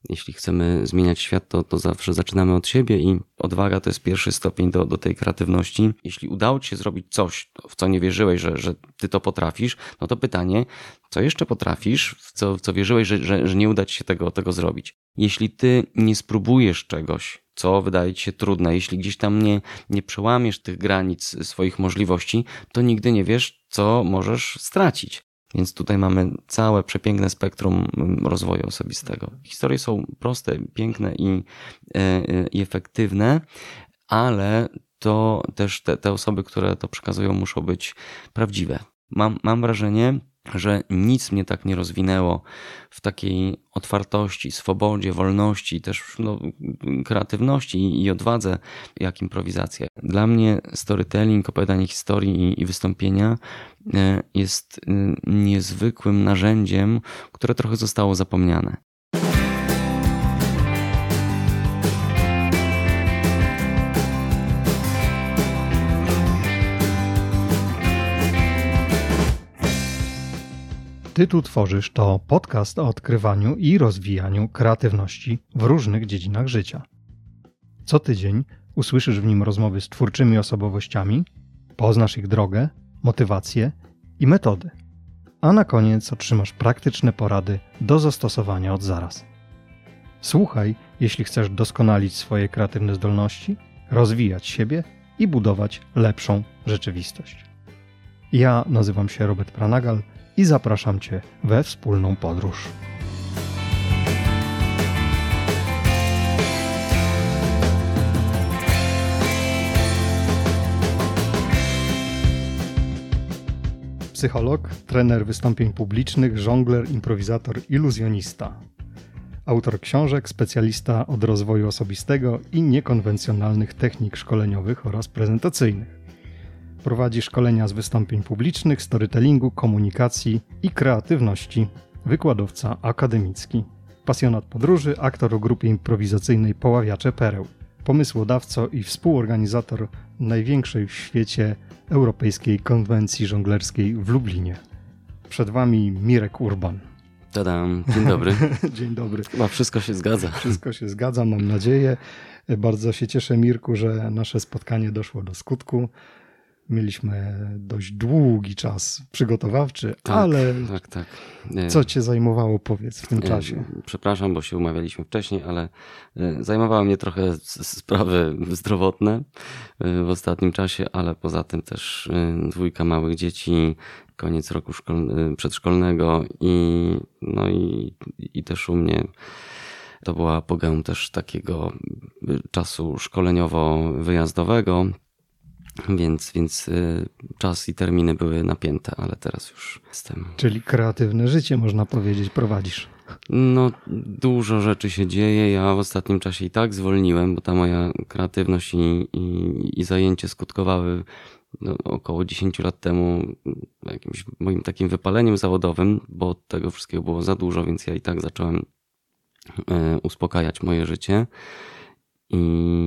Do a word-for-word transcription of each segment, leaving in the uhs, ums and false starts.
Jeśli chcemy zmieniać świat, to, to zawsze zaczynamy od siebie i odwaga to jest pierwszy stopień do, do tej kreatywności. Jeśli udało ci się zrobić coś, w co nie wierzyłeś, że, że ty to potrafisz, no to pytanie, co jeszcze potrafisz, w co, w co wierzyłeś, że, że, że nie uda ci się tego, tego zrobić. Jeśli ty nie spróbujesz czegoś, co wydaje ci się trudne, jeśli gdzieś tam nie, nie przełamiesz tych granic swoich możliwości, to nigdy nie wiesz, co możesz stracić. Więc tutaj mamy całe przepiękne spektrum rozwoju osobistego. Historie są proste, piękne i, i efektywne, ale to też te, te osoby, które to przekazują, muszą być prawdziwe. Mam, mam wrażenie, że nic mnie tak nie rozwinęło w takiej otwartości, swobodzie, wolności, też no, kreatywności i odwadze, jak improwizacja. Dla mnie storytelling, opowiadanie historii i, i wystąpienia jest niezwykłym narzędziem, które trochę zostało zapomniane. Ty tu tworzysz to podcast o odkrywaniu i rozwijaniu kreatywności w różnych dziedzinach życia. Co tydzień usłyszysz w nim rozmowy z twórczymi osobowościami, poznasz ich drogę, motywacje i metody. A na koniec otrzymasz praktyczne porady do zastosowania od zaraz. Słuchaj, jeśli chcesz doskonalić swoje kreatywne zdolności, rozwijać siebie i budować lepszą rzeczywistość. Ja nazywam się Robert Pranagal i zapraszam Cię we wspólną podróż. Psycholog, trener wystąpień publicznych, żongler, improwizator, iluzjonista. Autor książek, specjalista od rozwoju osobistego i niekonwencjonalnych technik szkoleniowych oraz prezentacyjnych. Prowadzi szkolenia z wystąpień publicznych, storytellingu, komunikacji i kreatywności. Wykładowca akademicki. Pasjonat podróży, aktor o grupie improwizacyjnej Poławiacze Pereł. Pomysłodawco i współorganizator największej w świecie Europejskiej Konwencji Żonglerskiej w Lublinie. Przed Wami Mirek Urban. Tadam, dzień dobry. Dzień dobry. Chyba wszystko się zgadza. Wszystko się zgadza, mam nadzieję. Bardzo się cieszę, Mirku, że nasze spotkanie doszło do skutku. Mieliśmy dość długi czas przygotowawczy, tak, ale tak, tak. Co Cię zajmowało, powiedz, w tym czasie? Przepraszam, bo się umawialiśmy wcześniej, ale zajmowały mnie trochę sprawy zdrowotne w ostatnim czasie, ale poza tym też dwójka małych dzieci, koniec roku szkolny, przedszkolnego i, no i, i też u mnie to była apogeum też takiego czasu szkoleniowo-wyjazdowego. Więc, więc czas i terminy były napięte, ale teraz już jestem. Czyli kreatywne życie, można powiedzieć, prowadzisz. No, dużo rzeczy się dzieje. Ja w ostatnim czasie i tak zwolniłem, bo ta moja kreatywność i, i, i zajęcie skutkowały no, około dziesięć lat temu jakimś moim takim wypaleniem zawodowym, bo tego wszystkiego było za dużo, więc ja i tak zacząłem uspokajać moje życie. I,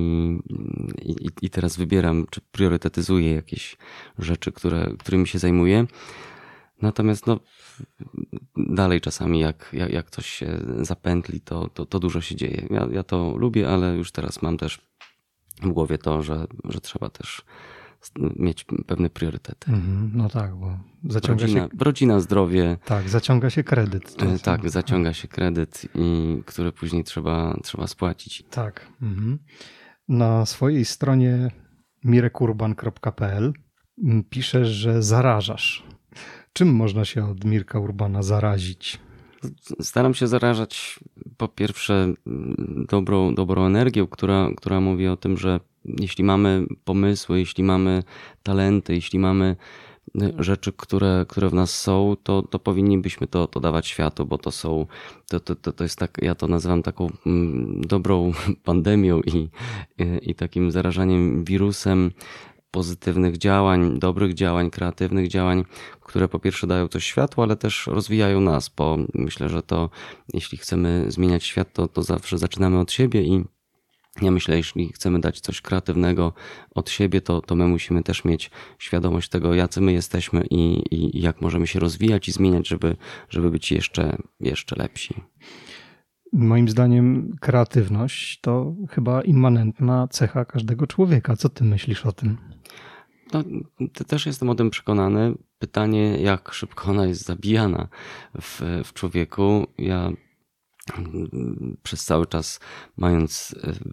i, I teraz wybieram, czy priorytetyzuję jakieś rzeczy, które, którymi się zajmuję. Natomiast no, dalej czasami jak, jak, jak coś się zapętli, to, to, to dużo się dzieje. Ja, ja to lubię, ale już teraz mam też w głowie to, że, że trzeba też mieć pewne priorytety. Mm, no tak, bo zaciąga rodzina, się... Rodzina, zdrowie. Tak, zaciąga się kredyt. Czasem. Tak, zaciąga się kredyt, i który później trzeba, trzeba spłacić. Tak. Mhm. Na swojej stronie mirekurban kropka pe el piszesz, że zarażasz. Czym można się od Mirka Urbana zarazić? Staram się zarażać po pierwsze dobrą, dobrą energią, która, która mówi o tym, że jeśli mamy pomysły, jeśli mamy talenty, jeśli mamy rzeczy, które, które w nas są, to, to powinniśmy to, to dawać światu, bo to są, to, to, to jest tak, ja to nazywam taką dobrą pandemią i, i, i takim zarażaniem wirusem pozytywnych działań, dobrych działań, kreatywnych działań, które po pierwsze dają coś światło, ale też rozwijają nas, bo myślę, że to jeśli chcemy zmieniać świat, to, to zawsze zaczynamy od siebie i ja myślę, jeśli chcemy dać coś kreatywnego od siebie, to, to my musimy też mieć świadomość tego, jacy my jesteśmy i, i jak możemy się rozwijać i zmieniać, żeby, żeby być jeszcze, jeszcze lepsi. Moim zdaniem kreatywność to chyba immanentna cecha każdego człowieka. Co ty myślisz o tym? No, też jestem o tym przekonany. Pytanie, jak szybko ona jest zabijana w, w człowieku. Ja przez cały czas mając,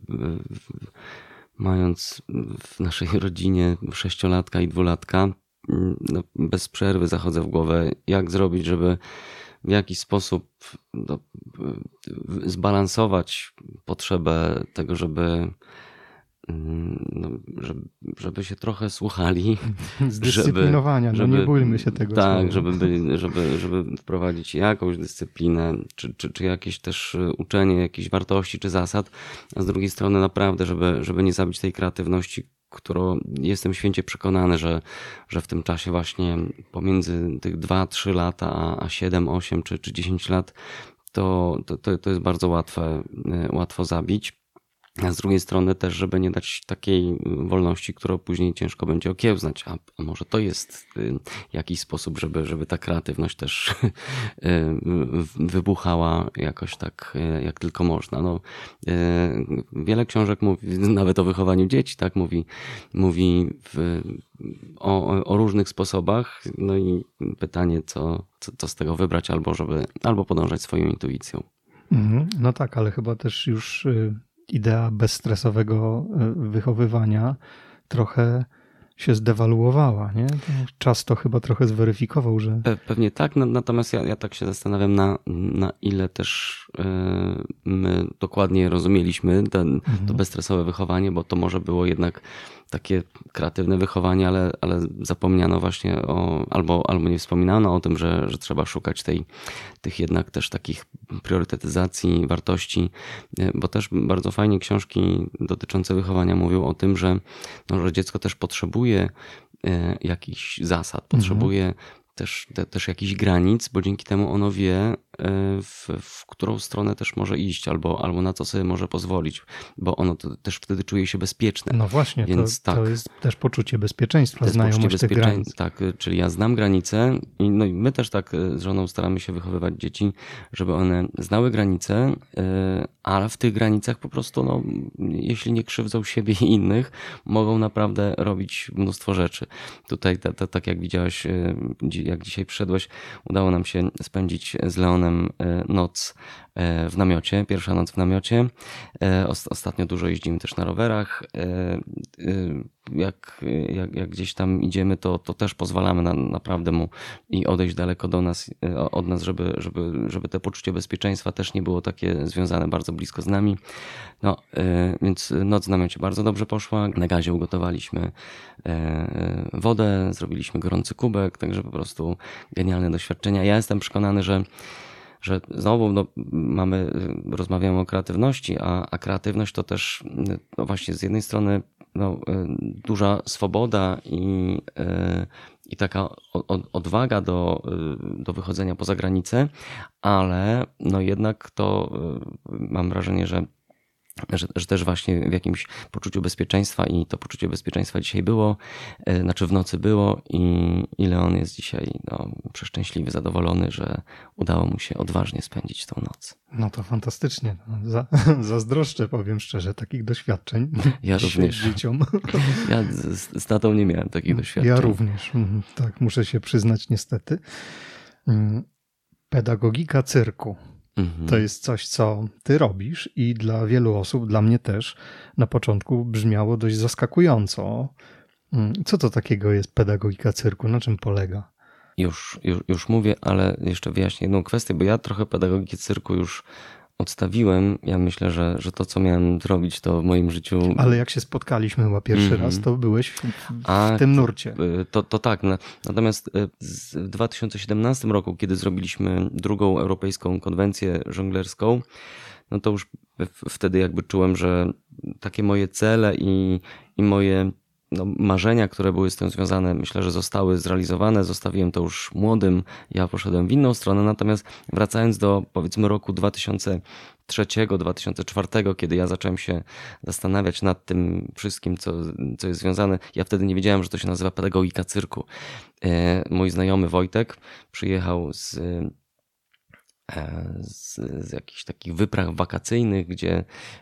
mając w naszej rodzinie sześciolatka i dwulatka, no, bez przerwy zachodzę w głowę, jak zrobić, żeby w jakiś sposób no, zbalansować potrzebę tego, żeby No, żeby, żeby się trochę słuchali. Zdyscyplinowania, żeby, no nie bójmy się tego. Tak, żeby, byli, żeby, żeby wprowadzić jakąś dyscyplinę, czy, czy, czy jakieś też uczenie jakichś wartości, czy zasad, a z drugiej strony naprawdę, żeby, żeby nie zabić tej kreatywności, którą jestem święcie przekonany, że, że w tym czasie właśnie pomiędzy tych dwa trzy lata, a, a siedem osiem czy, czy dziesięć lat, to, to, to jest bardzo łatwe, łatwo zabić. A z drugiej strony też, żeby nie dać takiej wolności, którą później ciężko będzie okiełznać. A, a może to jest jakiś sposób, żeby, żeby ta kreatywność też wybuchała jakoś tak, jak tylko można. No, wiele książek mówi, nawet o wychowaniu dzieci, tak, mówi, mówi w, o, o różnych sposobach. No i pytanie, co, co, co z tego wybrać, albo żeby, albo podążać swoją intuicją. No tak, ale chyba też już idea bezstresowego wychowywania trochę się zdewaluowała, nie? Czas to chyba trochę zweryfikował, że... Pe- pewnie tak, natomiast ja, ja tak się zastanawiam, na, na ile też my dokładnie rozumieliśmy ten, mhm. to bezstresowe wychowanie, bo to może było jednak takie kreatywne wychowanie, ale, ale zapomniano właśnie o, albo, albo nie wspominano o tym, że, że trzeba szukać tej, tych jednak też takich priorytetyzacji, wartości, bo też bardzo fajnie książki dotyczące wychowania mówią o tym, że, no, że dziecko też potrzebuje jakichś zasad, potrzebuje mhm. też, te, też jakichś granic, bo dzięki temu ono wie, w, w którą stronę też może iść, albo, albo na co sobie może pozwolić, bo ono to, też wtedy czuje się bezpieczne. No właśnie, więc to, tak, to jest też poczucie bezpieczeństwa, to jest znajomość poczucie tych granic. Tak, czyli ja znam granice i, no i my też tak z żoną staramy się wychowywać dzieci, żeby one znały granice, ale w tych granicach po prostu, no, jeśli nie krzywdzą siebie i innych, mogą naprawdę robić mnóstwo rzeczy. Tutaj, ta, ta, tak jak widziałeś, jak dzisiaj przyszedłeś, udało nam się spędzić z Leonem noc w namiocie, pierwsza noc w namiocie. Ostatnio dużo jeździmy też na rowerach. Jak, jak, jak gdzieś tam idziemy, to, to też pozwalamy na, naprawdę mu i odejść daleko do nas, od nas, żeby, żeby, żeby te poczucie bezpieczeństwa też nie było takie związane bardzo blisko z nami. No, więc noc w namiocie bardzo dobrze poszła. Na gazie ugotowaliśmy wodę, zrobiliśmy gorący kubek, także po prostu genialne doświadczenia. Ja jestem przekonany, że że znowu no, mamy, rozmawiamy o kreatywności, a, a kreatywność to też no właśnie z jednej strony no, duża swoboda i, i taka odwaga do, do wychodzenia poza granice, ale no jednak to mam wrażenie, że Że, że też właśnie w jakimś poczuciu bezpieczeństwa i to poczucie bezpieczeństwa dzisiaj było, znaczy w nocy było i, i Leon jest dzisiaj no, przeszczęśliwy, zadowolony, że udało mu się odważnie spędzić tą noc. No to fantastycznie. Za, zazdroszczę, powiem szczerze, takich doświadczeń. Ja również. Dzieciom. Ja z, z tatą nie miałem takich doświadczeń. Ja również. Tak, muszę się przyznać niestety. Pedagogika cyrku. To jest coś, co ty robisz i dla wielu osób, dla mnie też, na początku brzmiało dość zaskakująco. Co to takiego jest pedagogika cyrku? Na czym polega? Już, już, już mówię, ale jeszcze wyjaśnię jedną kwestię, bo ja trochę pedagogikę cyrku już odstawiłem. Ja myślę, że, że to, co miałem zrobić, to w moim życiu... Ale jak się spotkaliśmy chyba pierwszy mm-hmm. raz, to byłeś w, w, w tym nurcie. To, to, to tak. Natomiast w dwa tysiące siedemnastym roku, kiedy zrobiliśmy drugą europejską konwencję żonglerską, no to już wtedy jakby czułem, że takie moje cele i, i moje no, marzenia, które były z tym związane, myślę, że zostały zrealizowane. Zostawiłem to już młodym, ja poszedłem w inną stronę, natomiast wracając do powiedzmy roku dwa tysiące trzeciego, dwa tysiące czwartego, kiedy ja zacząłem się zastanawiać nad tym wszystkim, co, co jest związane, ja wtedy nie wiedziałem, że to się nazywa pedagogika cyrku. Mój znajomy Wojtek przyjechał z z, z jakichś takich wypraw wakacyjnych, gdzie,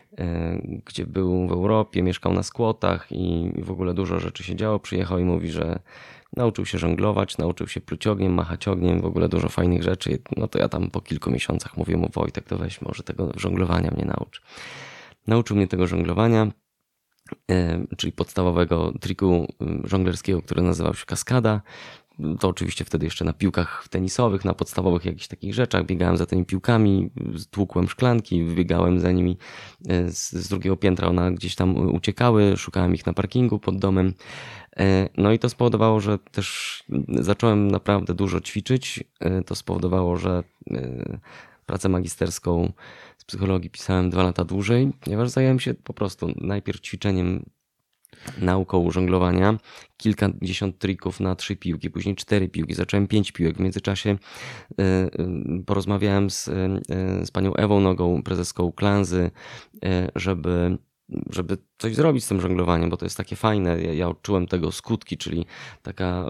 gdzie był w Europie, mieszkał na skłotach i w ogóle dużo rzeczy się działo. Przyjechał i mówi, że nauczył się żonglować, nauczył się pluć ogniem, machać ogniem, w ogóle dużo fajnych rzeczy. No to ja tam po kilku miesiącach mówię mu: Wojtek, to weź może tego żonglowania mnie naucz. Nauczył mnie tego żonglowania, czyli podstawowego triku żonglerskiego, który nazywał się kaskada. To oczywiście wtedy jeszcze na piłkach tenisowych, na podstawowych jakichś takich rzeczach. Biegałem za tymi piłkami, tłukłem szklanki, wybiegałem za nimi z, z drugiego piętra, one gdzieś tam uciekały, szukałem ich na parkingu pod domem. No i to spowodowało, że też zacząłem naprawdę dużo ćwiczyć. To spowodowało, że pracę magisterską z psychologii pisałem dwa lata dłużej, ponieważ zająłem się po prostu najpierw ćwiczeniem, nauką żonglowania, kilkadziesiąt trików na trzy piłki, później cztery piłki, zacząłem pięć piłek. W międzyczasie porozmawiałem z, z panią Ewą Nogą, prezeską Klanzy, żeby żeby coś zrobić z tym żonglowaniem, bo to jest takie fajne. Ja, ja odczułem tego skutki, czyli taka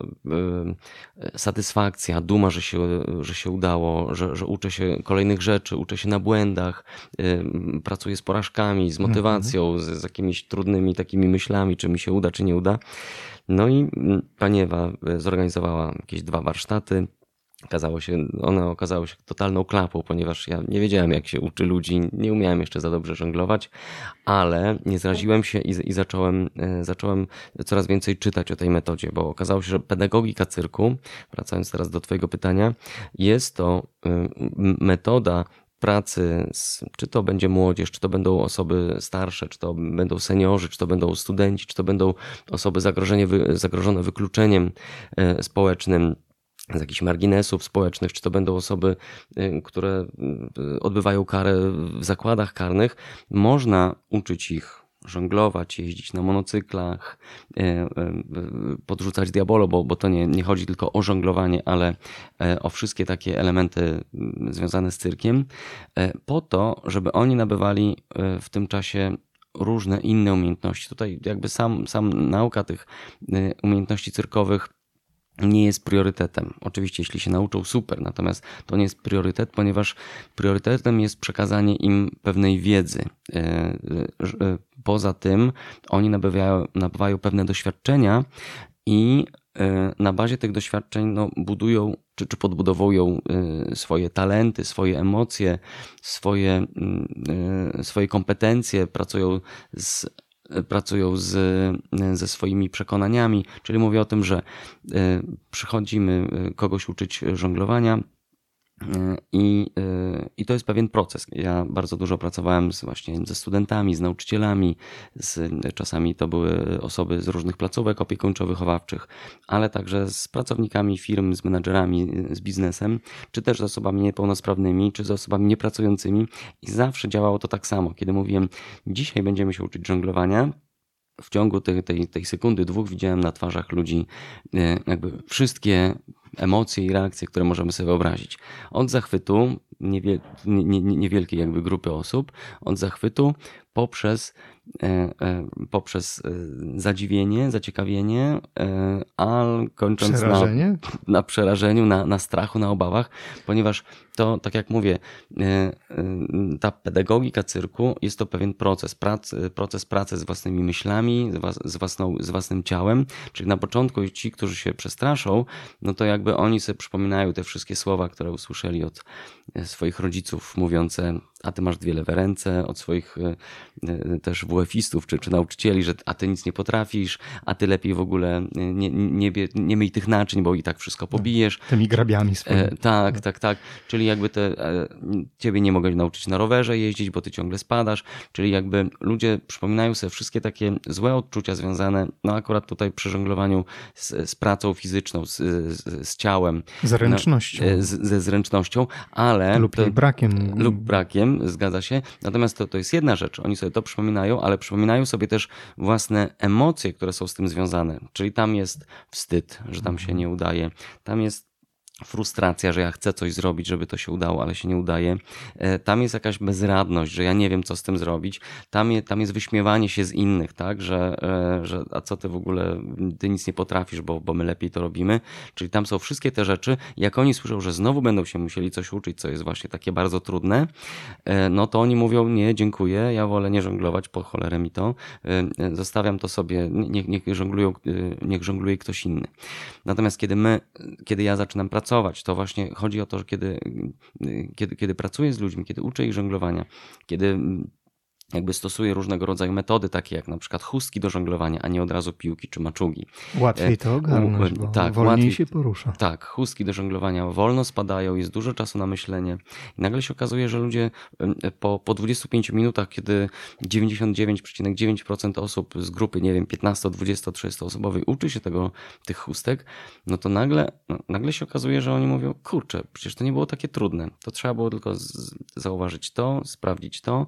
y, satysfakcja, duma, że się, że się udało, że, że uczę się kolejnych rzeczy, uczę się na błędach, y, pracuję z porażkami, z motywacją, z, z jakimiś trudnymi takimi myślami, czy mi się uda, czy nie uda. No i pani Ewa zorganizowała jakieś dwa warsztaty. Okazało się, one okazały się totalną klapą, ponieważ ja nie wiedziałem, jak się uczy ludzi, nie umiałem jeszcze za dobrze żonglować, ale nie zraziłem się i, i zacząłem, zacząłem coraz więcej czytać o tej metodzie, bo okazało się, że pedagogika cyrku, wracając teraz do twojego pytania, jest to metoda pracy, z, czy to będzie młodzież, czy to będą osoby starsze, czy to będą seniorzy, czy to będą studenci, czy to będą osoby zagrożenie, zagrożone wykluczeniem społecznym z jakichś marginesów społecznych, czy to będą osoby, które odbywają karę w zakładach karnych. Można uczyć ich żonglować, jeździć na monocyklach, podrzucać diabolo, bo, bo to nie, nie chodzi tylko o żonglowanie, ale o wszystkie takie elementy związane z cyrkiem, po to, żeby oni nabywali w tym czasie różne inne umiejętności. Tutaj jakby sam, sam nauka tych umiejętności cyrkowych nie jest priorytetem. Oczywiście jeśli się nauczą, super, natomiast to nie jest priorytet, ponieważ priorytetem jest przekazanie im pewnej wiedzy. Poza tym oni nabywają, nabywają pewne doświadczenia i na bazie tych doświadczeń no, budują czy, czy podbudowują swoje talenty, swoje emocje, swoje, swoje kompetencje, pracują z pracują z, ze swoimi przekonaniami, czyli mówię o tym, że przychodzimy kogoś uczyć żonglowania i, i to jest pewien proces. Ja bardzo dużo pracowałem z, właśnie ze studentami, z nauczycielami, z, czasami to były osoby z różnych placówek opiekuńczo-wychowawczych, ale także z pracownikami firm, z menadżerami, z biznesem, czy też z osobami niepełnosprawnymi, czy z osobami niepracującymi i zawsze działało to tak samo. Kiedy mówiłem, dzisiaj będziemy się uczyć żonglowania, w ciągu tej, tej, tej sekundy, dwóch widziałem na twarzach ludzi jakby wszystkie emocje i reakcje, które możemy sobie wyobrazić. Od zachwytu, niewiel, nie, nie, niewielkiej jakby grupy osób, od zachwytu poprzez, poprzez zadziwienie, zaciekawienie, a kończąc na, na przerażeniu, na, na strachu, na obawach, ponieważ to, tak jak mówię, ta pedagogika cyrku jest to pewien proces, pracy, proces pracy z własnymi myślami, z, własną, z własnym ciałem, czyli na początku ci, którzy się przestraszą, no to jakby oni sobie przypominają te wszystkie słowa, które usłyszeli od swoich rodziców mówiące, a ty masz dwie lewe ręce, od swoich też W F-istów czy, czy nauczycieli, że a ty nic nie potrafisz, a ty lepiej w ogóle nie, nie, nie myj tych naczyń, bo i tak wszystko pobijesz. Tymi grabiami swoimi. E, tak, tak, tak. Czyli jakby te, e, ciebie nie mogę nauczyć na rowerze jeździć, bo ty ciągle spadasz. Czyli jakby ludzie przypominają sobie wszystkie takie złe odczucia związane, no akurat tutaj przy żonglowaniu z, z pracą fizyczną, z, z, z ciałem. Zręcznością. No, z, ze zręcznością, ale... Lub jej brakiem. Lub brakiem, zgadza się. Natomiast to, to jest jedna rzecz. Oni sobie to przypominają, ale przypominają sobie też własne emocje, które są z tym związane. Czyli tam jest wstyd, że tam się nie udaje. Tam jest frustracja, że ja chcę coś zrobić, żeby to się udało, ale się nie udaje. Tam jest jakaś bezradność, że ja nie wiem, co z tym zrobić. Tam, je, tam jest wyśmiewanie się z innych, tak, że, że a co ty w ogóle, ty nic nie potrafisz, bo, bo my lepiej to robimy. Czyli tam są wszystkie te rzeczy. Jak oni słyszą, że znowu będą się musieli coś uczyć, co jest właśnie takie bardzo trudne, no to oni mówią, nie, dziękuję, ja wolę nie żonglować, po cholerę mi to. Zostawiam to sobie, niech, niech, żonglują, niech żongluje ktoś inny. Natomiast kiedy my, kiedy ja zaczynam pracować, to właśnie chodzi o to, że kiedy, kiedy, kiedy pracuję z ludźmi, kiedy uczę ich żonglowania, kiedy jakby stosuję różnego rodzaju metody, takie jak na przykład chustki do żonglowania, a nie od razu piłki czy maczugi. Łatwiej to ogarnąć, bo tak, wolniej łatwiej, się porusza. Tak, chustki do żonglowania wolno spadają, jest dużo czasu na myślenie i nagle się okazuje, że ludzie po, po dwudziestu pięciu minutach, kiedy dziewięćdziesiąt dziewięć przecinek dziewięć procent osób z grupy, nie wiem, piętnaście, dwadzieścia, trzydzieści osobowej uczy się tego, tych chustek, no to nagle, no, nagle się okazuje, że oni mówią, kurczę, przecież to nie było takie trudne. To trzeba było tylko z, zauważyć to, sprawdzić to.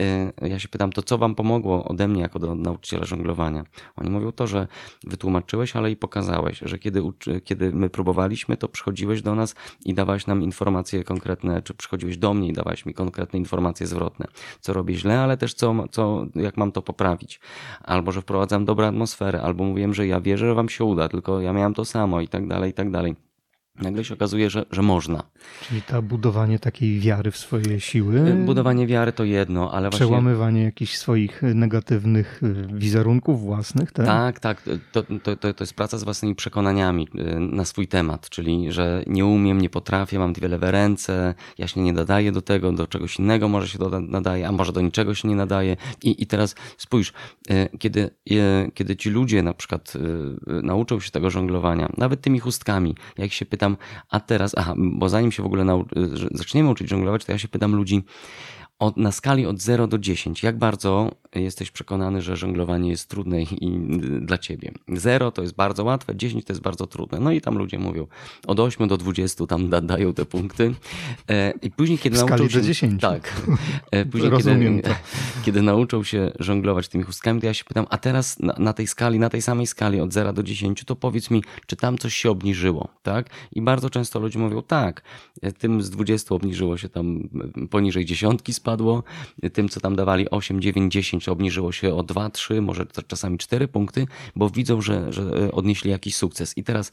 Ja się pytam, to co wam pomogło ode mnie jako do nauczyciela żonglowania? Oni mówią to, że wytłumaczyłeś, ale i pokazałeś, że kiedy, uczy, kiedy my próbowaliśmy, to przychodziłeś do nas i dawałeś nam informacje konkretne, czy przychodziłeś do mnie i dawałeś mi konkretne informacje zwrotne, co robię źle, ale też co, co, jak mam to poprawić. Albo, że wprowadzam dobrą atmosferę, albo mówiłem, że ja wierzę, że wam się uda, tylko ja miałem to samo i tak dalej, i tak dalej. Nagle się okazuje, że, że można. Czyli to budowanie takiej wiary w swoje siły. Budowanie wiary to jedno, ale właśnie... Przełamywanie jakichś swoich negatywnych wizerunków własnych, tak? Tak, tak. To, to, to, to jest praca z własnymi przekonaniami na swój temat, czyli że nie umiem, nie potrafię, mam dwie lewe ręce, ja się nie nadaję do tego, do czegoś innego może się to nadaje, a może do niczego się nie nadaje. I, i teraz spójrz, kiedy, kiedy ci ludzie na przykład nauczą się tego żonglowania, nawet tymi chustkami, jak się pytam, a teraz, aha, bo zanim się w ogóle nau- zaczniemy uczyć żonglować, to ja się pytam ludzi od, na skali od zera do dziesięciu, jak bardzo jesteś przekonany, że żonglowanie jest trudne i, i dla ciebie. zero to jest bardzo łatwe, dziesięć to jest bardzo trudne. No i tam ludzie mówią od ośmiu do dwudziestu tam da, dają te punkty. E, I później kiedy w skali nauczą się... do dziesięciu. Tak. E, później Rozumiem kiedy, to. kiedy nauczą się żonglować tymi chustkami, to ja się pytam, a teraz na, na tej skali, na tej samej skali od zera do dziesięciu, to powiedz mi, czy tam coś się obniżyło, tak? I bardzo często ludzie mówią, tak, tym z dwudziestu obniżyło się tam poniżej dziesiątki spadło, tym co tam dawali osiem, dziewięć, dziesięć obniżyło się o dwa, trzy, może czasami cztery punkty, bo widzą, że, że odnieśli jakiś sukces. I teraz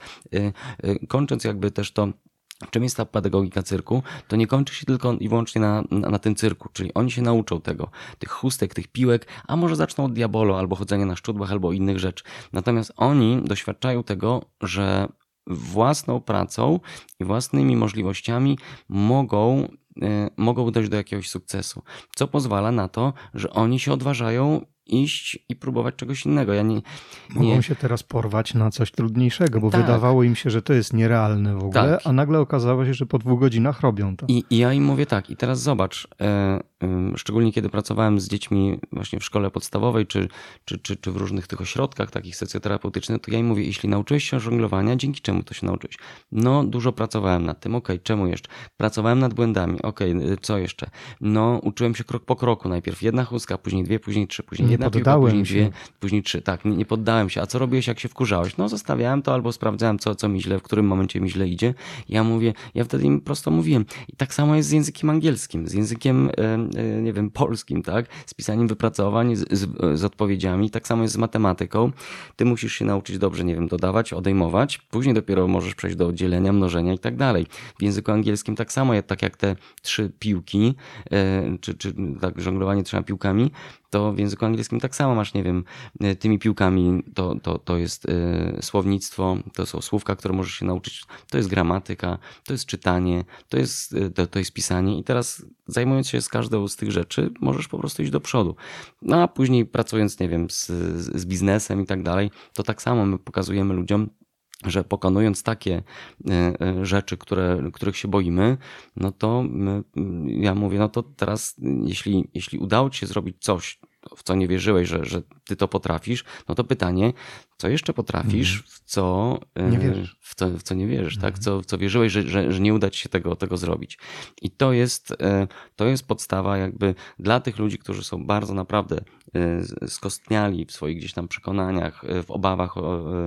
kończąc jakby też to, czym jest ta pedagogika cyrku, to nie kończy się tylko i wyłącznie na, na, na tym cyrku, czyli oni się nauczą tego, tych chustek, tych piłek, a może zaczną od diabolo, albo chodzenia na szczudłach, albo innych rzeczy. Natomiast oni doświadczają tego, że własną pracą i własnymi możliwościami mogą, y, mogą dojść do jakiegoś sukcesu, co pozwala na to, że oni się odważają iść i próbować czegoś innego. Ja nie, nie... Mogą się teraz porwać na coś trudniejszego, bo tak. wydawało im się, że to jest nierealne w ogóle, tak. a nagle okazało się, że po dwóch godzinach robią to. I, i ja im mówię tak, i teraz zobacz, e, e, szczególnie kiedy pracowałem z dziećmi właśnie w szkole podstawowej, czy, czy, czy, czy w różnych tych ośrodkach takich socjoterapeutycznych, to ja im mówię, jeśli nauczyłeś się żonglowania, dzięki czemu to się nauczyłeś? No, dużo pracowałem nad tym, okej, okay, czemu jeszcze? Pracowałem nad błędami, okej, okay, co jeszcze? No, uczyłem się krok po kroku, najpierw jedna chustka, później dwie, później trzy, później jedna piłka, później dwie, później trzy. Tak, nie, nie poddałem się. A co robiłeś, jak się wkurzałeś? No zostawiałem to albo sprawdzałem, co, co mi źle, w którym momencie mi źle idzie. Ja mówię, ja wtedy im prosto mówiłem. I tak samo jest z językiem angielskim, z językiem, nie wiem, polskim, tak? Z pisaniem wypracowań, z, z, z odpowiedziami. Tak samo jest z matematyką. Ty musisz się nauczyć dobrze, nie wiem, dodawać, odejmować. Później dopiero możesz przejść do dzielenia, mnożenia i tak dalej. W języku angielskim tak samo, tak jak te trzy piłki, czy, czy tak, żonglowanie trzema piłkami, to w języku angielskim tak samo masz, nie wiem, tymi piłkami to, to, to jest y, słownictwo, to są słówka, które możesz się nauczyć, to jest gramatyka, to jest czytanie, to jest, to, to jest pisanie i teraz zajmując się z każdą z tych rzeczy, możesz po prostu iść do przodu. No a później pracując, nie wiem, z, z biznesem i tak dalej, to tak samo my pokazujemy ludziom, że pokonując takie rzeczy, które, których się boimy, no to my, ja mówię, no to teraz jeśli, jeśli udało ci się zrobić coś, w co nie wierzyłeś, że, że ty to potrafisz, no to pytanie, co jeszcze potrafisz, w co nie wierzysz, w co, w co nie wierzysz, tak? Co, w co wierzyłeś, że, że, że nie uda ci się tego, tego zrobić. I to jest, to jest podstawa jakby dla tych ludzi, którzy są bardzo naprawdę skostniali w swoich gdzieś tam przekonaniach, w obawach o,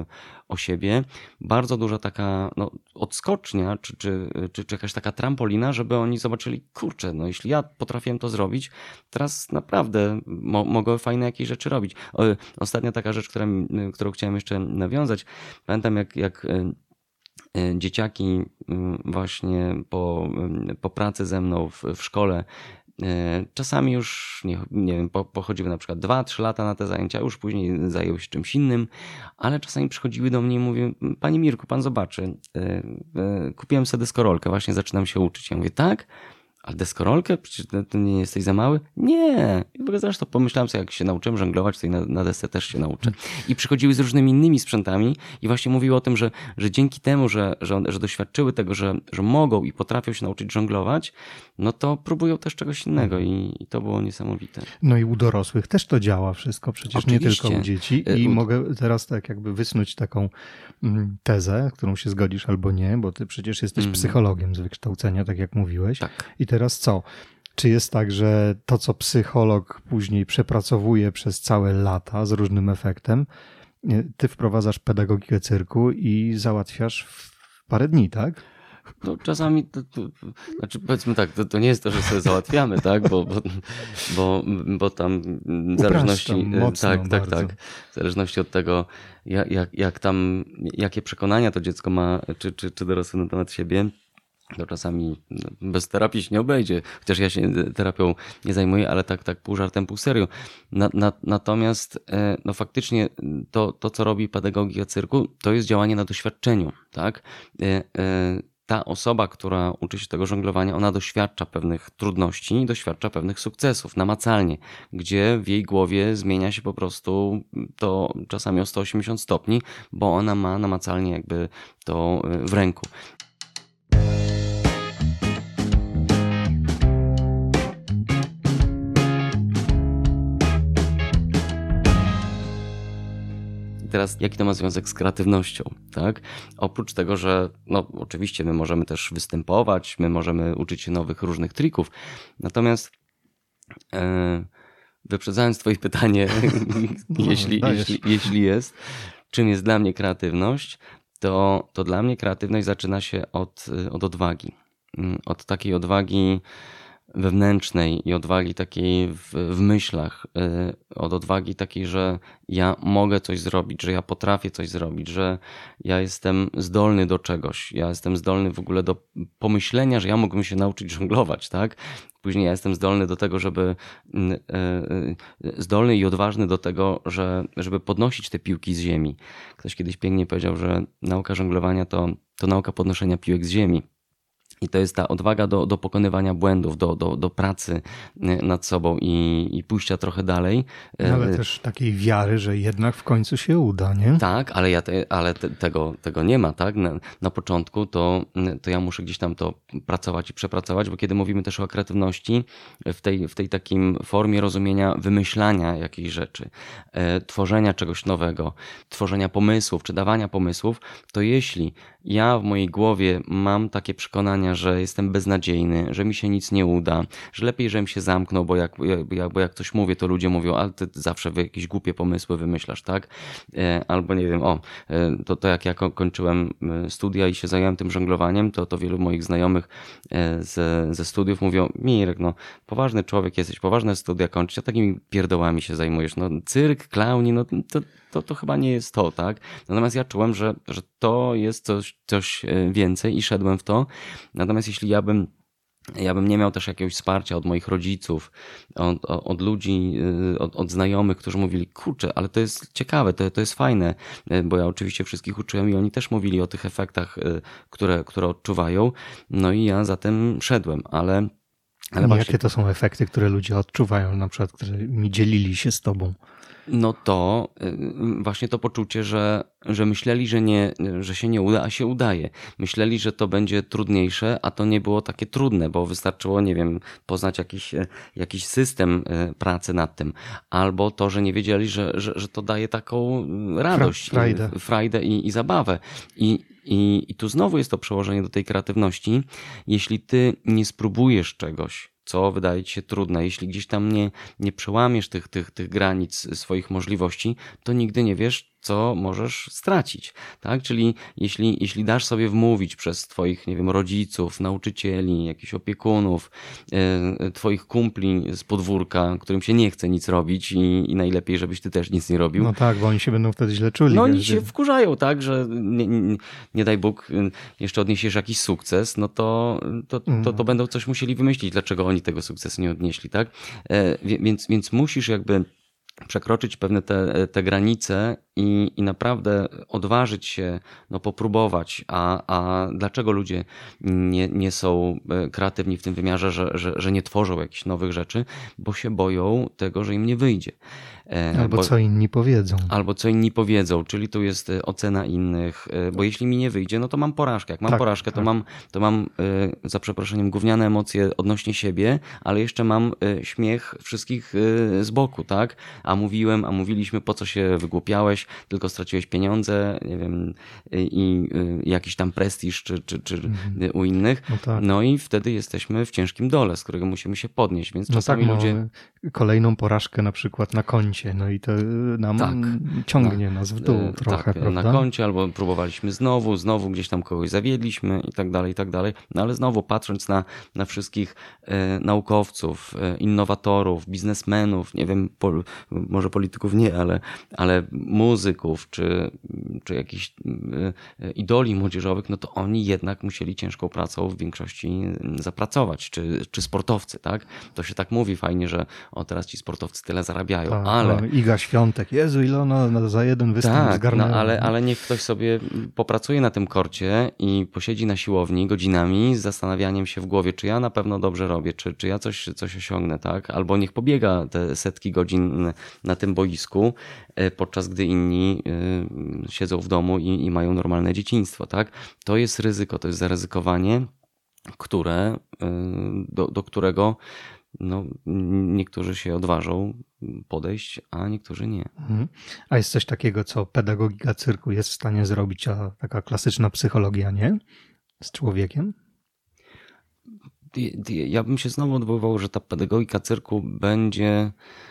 o siebie, bardzo duża taka no, odskocznia, czy, czy, czy, czy jakaś taka trampolina, żeby oni zobaczyli, kurczę, no jeśli ja potrafiłem to zrobić, teraz naprawdę mo- mogę fajne jakieś rzeczy robić. O, ostatnia taka rzecz, która, którą chciałem jeszcze nawiązać, pamiętam jak, jak dzieciaki właśnie po, po pracy ze mną w, w szkole czasami już nie, nie wiem, pochodziły na przykład dwa trzy lata na te zajęcia, już później zajęły się czymś innym, ale czasami przychodziły do mnie i mówią, panie Mirku, pan zobaczy, kupiłem sobie deskorolkę, właśnie zaczynam się uczyć. Ja mówię, tak? Ale deskorolkę? Przecież ty nie jesteś za mały? Nie. I w ogóle zresztą pomyślałem sobie, jak się nauczyłem żonglować, to i na, na desce też się nauczę. I przychodziły z różnymi innymi sprzętami i właśnie mówiły o tym, że, że dzięki temu, że, że, że doświadczyły tego, że, że mogą i potrafią się nauczyć żonglować, no to próbują też czegoś innego i, i to było niesamowite. No i u dorosłych też to działa wszystko, przecież Oczywiście. Nie tylko u dzieci. I u... mogę teraz tak jakby wysnuć taką tezę, którą się zgodzisz albo nie, bo ty przecież jesteś mm. psychologiem z wykształcenia, tak jak mówiłeś. Tak. I teraz co? Czy jest tak, że to, co psycholog później przepracowuje przez całe lata z różnym efektem, ty wprowadzasz pedagogikę cyrku i załatwiasz w parę dni, tak? No czasami, to, to, znaczy powiedzmy tak, to, to nie jest to, że sobie załatwiamy, tak, bo, bo, bo, bo tam w zależności, mocno, tak, tak, bardzo. tak, w zależności od tego, jak, jak, jak tam, jakie przekonania to dziecko ma, czy, czy, czy dorosły na temat siebie, to czasami bez terapii się nie obejdzie, chociaż ja się terapią nie zajmuję, ale tak, tak pół żartem, pół serio. Na, na, natomiast no faktycznie to, to, co robi pedagogika cyrku, to jest działanie na doświadczeniu, tak? Ta osoba, która uczy się tego żonglowania, ona doświadcza pewnych trudności i doświadcza pewnych sukcesów namacalnie, gdzie w jej głowie zmienia się po prostu to czasami o sto osiemdziesiąt stopni, bo ona ma namacalnie jakby to w ręku. Teraz jaki to ma związek z kreatywnością, tak? Oprócz tego, że no oczywiście my możemy też występować, my możemy uczyć się nowych różnych trików, natomiast e, wyprzedzając twoje pytanie, no, jeśli, jeśli, jeśli jest, czym jest dla mnie kreatywność, to, to dla mnie kreatywność zaczyna się od, od odwagi. Od takiej odwagi wewnętrznej i odwagi takiej w, w myślach, od odwagi takiej, że ja mogę coś zrobić, że ja potrafię coś zrobić, że ja jestem zdolny do czegoś, ja jestem zdolny w ogóle do pomyślenia, że ja mógłbym się nauczyć żonglować, tak? Później ja jestem zdolny do tego, żeby zdolny i odważny do tego, że, żeby podnosić te piłki z ziemi. Ktoś kiedyś pięknie powiedział, że nauka żonglowania to, to nauka podnoszenia piłek z ziemi. I to jest ta odwaga do, do pokonywania błędów, do, do, do pracy nad sobą i, i pójścia trochę dalej. No ale też takiej wiary, że jednak w końcu się uda, nie? Tak, ale, ja te, ale te, tego, tego nie ma, tak? Na, na początku to, to ja muszę gdzieś tam to pracować i przepracować, bo kiedy mówimy też o kreatywności, w tej, w tej takim formie rozumienia wymyślania jakichś rzeczy, e, tworzenia czegoś nowego, tworzenia pomysłów, czy dawania pomysłów, to jeśli ja w mojej głowie mam takie przekonania, że jestem beznadziejny, że mi się nic nie uda, że lepiej, żebym się zamknął, bo jak, bo jak coś mówię, to ludzie mówią, ale ty zawsze jakieś głupie pomysły wymyślasz, tak? Albo nie wiem, o, to, to jak ja kończyłem studia i się zająłem tym żonglowaniem, to, to wielu moich znajomych ze, ze studiów mówią, Mirek, no poważny człowiek jesteś, poważne studia kończysz, a takimi pierdołami się zajmujesz, no cyrk, klauni, no to, to, to chyba nie jest to, tak? Natomiast ja czułem, że, że to jest coś, coś więcej i szedłem w to. Natomiast jeśli ja bym Ja bym nie miał też jakiegoś wsparcia od moich rodziców, od, od ludzi, od, od znajomych, którzy mówili, kurczę, ale to jest ciekawe, to, to jest fajne, bo ja oczywiście wszystkich uczyłem i oni też mówili o tych efektach, które, które odczuwają, no i ja za tym szedłem, ale... ale właśnie... Jakie to są efekty, które ludzie odczuwają, na przykład, którymi dzielili się z tobą? No to właśnie to poczucie, że, że myśleli, że, nie, że się nie uda, a się udaje. Myśleli, że to będzie trudniejsze, a to nie było takie trudne, bo wystarczyło, nie wiem, poznać jakiś, jakiś system pracy nad tym. Albo to, że nie wiedzieli, że, że, że to daje taką radość, frajdę, frajdę i, i zabawę. I, i, I tu znowu jest to przełożenie do tej kreatywności. Jeśli ty nie spróbujesz czegoś, co wydaje ci się trudne, jeśli gdzieś tam nie, nie przełamiesz tych, tych, tych granic swoich możliwości, to nigdy nie wiesz, co możesz stracić, tak? Czyli jeśli, jeśli dasz sobie wmówić przez twoich, nie wiem, rodziców, nauczycieli, jakichś opiekunów, yy, twoich kumpli z podwórka, którym się nie chce nic robić i, i najlepiej, żebyś ty też nic nie robił. No tak, bo oni się będą wtedy źle czuli. No wiesz, oni się wkurzają, tak, że nie, nie, nie daj Bóg, jeszcze odniesiesz jakiś sukces, no to, to, to, to, to będą coś musieli wymyślić, dlaczego oni tego sukcesu nie odnieśli, tak? E, więc, więc musisz jakby przekroczyć pewne te, te granice i, i naprawdę odważyć się, no popróbować. A, a dlaczego ludzie nie, nie są kreatywni w tym wymiarze, że, że, że nie tworzą jakichś nowych rzeczy? Bo się boją tego, że im nie wyjdzie. Albo bo, co inni powiedzą. Albo co inni powiedzą, czyli tu jest ocena innych, bo jeśli mi nie wyjdzie, no to mam porażkę. Jak mam tak, porażkę, tak. to mam, to mam za przeproszeniem gówniane emocje odnośnie siebie, ale jeszcze mam śmiech wszystkich z boku, tak? A mówiłem, a mówiliśmy, po co się wygłupiałeś, tylko straciłeś pieniądze, nie wiem, i, i jakiś tam prestiż czy, czy, czy mhm. u innych. No, tak. No i wtedy jesteśmy w ciężkim dole, z którego musimy się podnieść, więc no czasami tak, ludzie... mamy kolejną porażkę na przykład na koncie, no i to nam tak, ciągnie na, nas w dół trochę, tak, prawda? na koncie, albo próbowaliśmy znowu, znowu gdzieś tam kogoś zawiedliśmy i tak dalej, i tak dalej. No ale znowu patrząc na, na wszystkich e, naukowców, e, innowatorów, biznesmenów, nie wiem, pol, może polityków nie, ale, ale muzyków, czy, czy jakichś e, idoli młodzieżowych, no to oni jednak musieli ciężką pracą w większości zapracować, czy, czy sportowcy, tak? To się tak mówi fajnie, że o teraz ci sportowcy tyle zarabiają, tak, ale... No, Iga Świątek, Jezu, ile ona za jeden występ tak, zgarnęła. No, ale, ale niech ktoś sobie popracuje na tym korcie i posiedzi na siłowni godzinami z zastanawianiem się w głowie, czy ja na pewno dobrze robię, czy, czy ja coś, coś osiągnę, tak? Albo niech pobiega te setki godzin na tym boisku, podczas gdy inni siedzą w domu i, i mają normalne dzieciństwo, tak? To jest ryzyko, to jest zaryzykowanie, które, do, do którego no, niektórzy się odważą podejść, a niektórzy nie. Mhm. A jest coś takiego, co pedagogika cyrku jest w stanie zrobić, a taka klasyczna psychologia nie? Z człowiekiem? Ja bym się znowu odwoływał, że ta pedagogika cyrku będzie,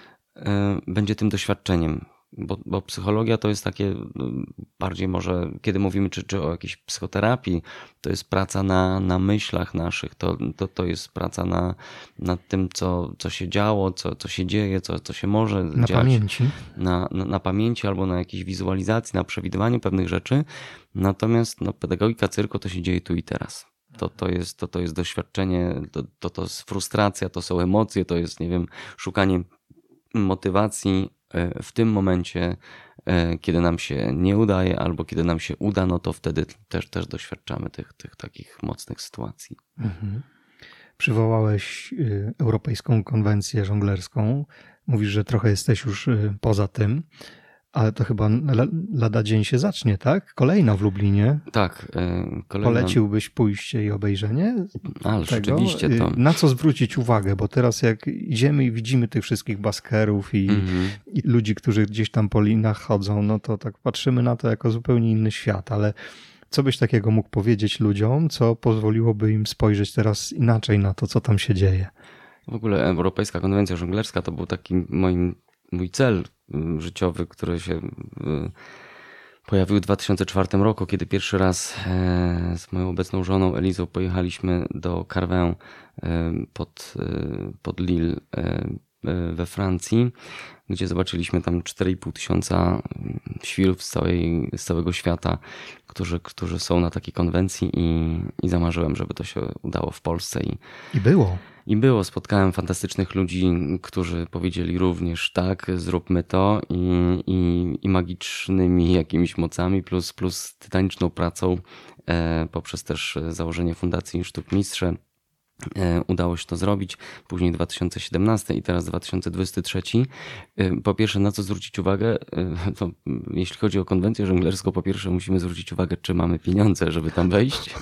będzie tym doświadczeniem. Bo, bo psychologia to jest takie bardziej może, kiedy mówimy czy, czy o jakiejś psychoterapii, to jest praca na, na myślach naszych, to, to, to jest praca na, nad tym, co, co się działo, co, co się dzieje, co, co się może na dziać. Pamięci. Na, na, na pamięci albo na jakiejś wizualizacji, na przewidywaniu pewnych rzeczy. Natomiast no, pedagogika cyrku to się dzieje tu i teraz. To, to, jest, to, to jest doświadczenie, to, to, to jest frustracja, to są emocje, to jest, nie wiem, szukanie motywacji w tym momencie, kiedy nam się nie udaje, albo kiedy nam się uda, no to wtedy też, też doświadczamy tych, tych takich mocnych sytuacji. Mhm. Przywołałeś Europejską Konwencję Żonglerską. Mówisz, że trochę jesteś już poza tym, ale to chyba lada dzień się zacznie, tak? Kolejna w Lublinie. Tak. Kolejna... Poleciłbyś pójście i obejrzenie Ale tego? rzeczywiście to... Na co zwrócić uwagę? Bo teraz jak idziemy i widzimy tych wszystkich baskerów i, mm-hmm. i ludzi, którzy gdzieś tam po linach chodzą, no to tak patrzymy na to jako zupełnie inny świat, ale co byś takiego mógł powiedzieć ludziom, co pozwoliłoby im spojrzeć teraz inaczej na to, co tam się dzieje? W ogóle Europejska Konwencja Żonglerska to był taki moim, mój cel życiowy, który się pojawił w dwa tysiące czwartym roku, kiedy pierwszy raz z moją obecną żoną Elizą pojechaliśmy do Carvin pod, pod Lille we Francji, gdzie zobaczyliśmy tam cztery i pół tysiąca świrów z, całej, z całego świata, którzy, którzy są na takiej konwencji i, i zamarzyłem, żeby to się udało w Polsce. I, I było. I było. Spotkałem fantastycznych ludzi, którzy powiedzieli również tak, zróbmy to i, i, i magicznymi jakimiś mocami plus, plus tytaniczną pracą e, poprzez też założenie Fundacji Sztuk Mistrze. Udało się to zrobić, później dwa tysiące siedemnasty i teraz dwa tysiące dwudziesty trzeci. Po pierwsze, na co zwrócić uwagę, to jeśli chodzi o konwencję żonglerską, po pierwsze musimy zwrócić uwagę, czy mamy pieniądze, żeby tam wejść,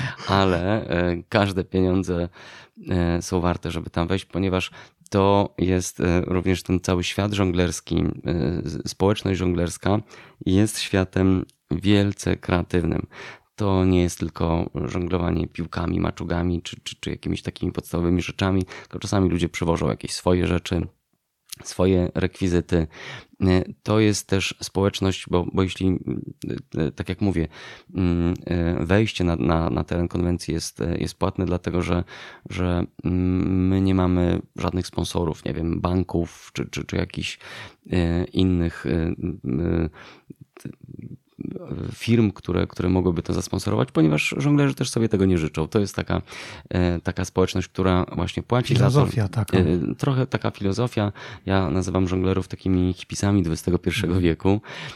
ale każde pieniądze są warte, żeby tam wejść, ponieważ to jest również ten cały świat żonglerski, społeczność żonglerska jest światem wielce kreatywnym. To nie jest tylko żonglowanie piłkami, maczugami czy, czy, czy jakimiś takimi podstawowymi rzeczami, tylko czasami ludzie przywożą jakieś swoje rzeczy, swoje rekwizyty. To jest też społeczność, bo, bo jeśli, tak jak mówię, wejście na, na, na teren konwencji jest, jest płatne, dlatego że, że my nie mamy żadnych sponsorów, nie wiem, banków czy, czy, czy jakichś innych firm, które, które mogłyby to zasponsorować, ponieważ żonglerzy też sobie tego nie życzą. To jest taka, taka społeczność, która właśnie płaci filozofia za to. Taka. Trochę taka filozofia. Ja nazywam żonglerów takimi hipisami dwudziestego pierwszego wieku,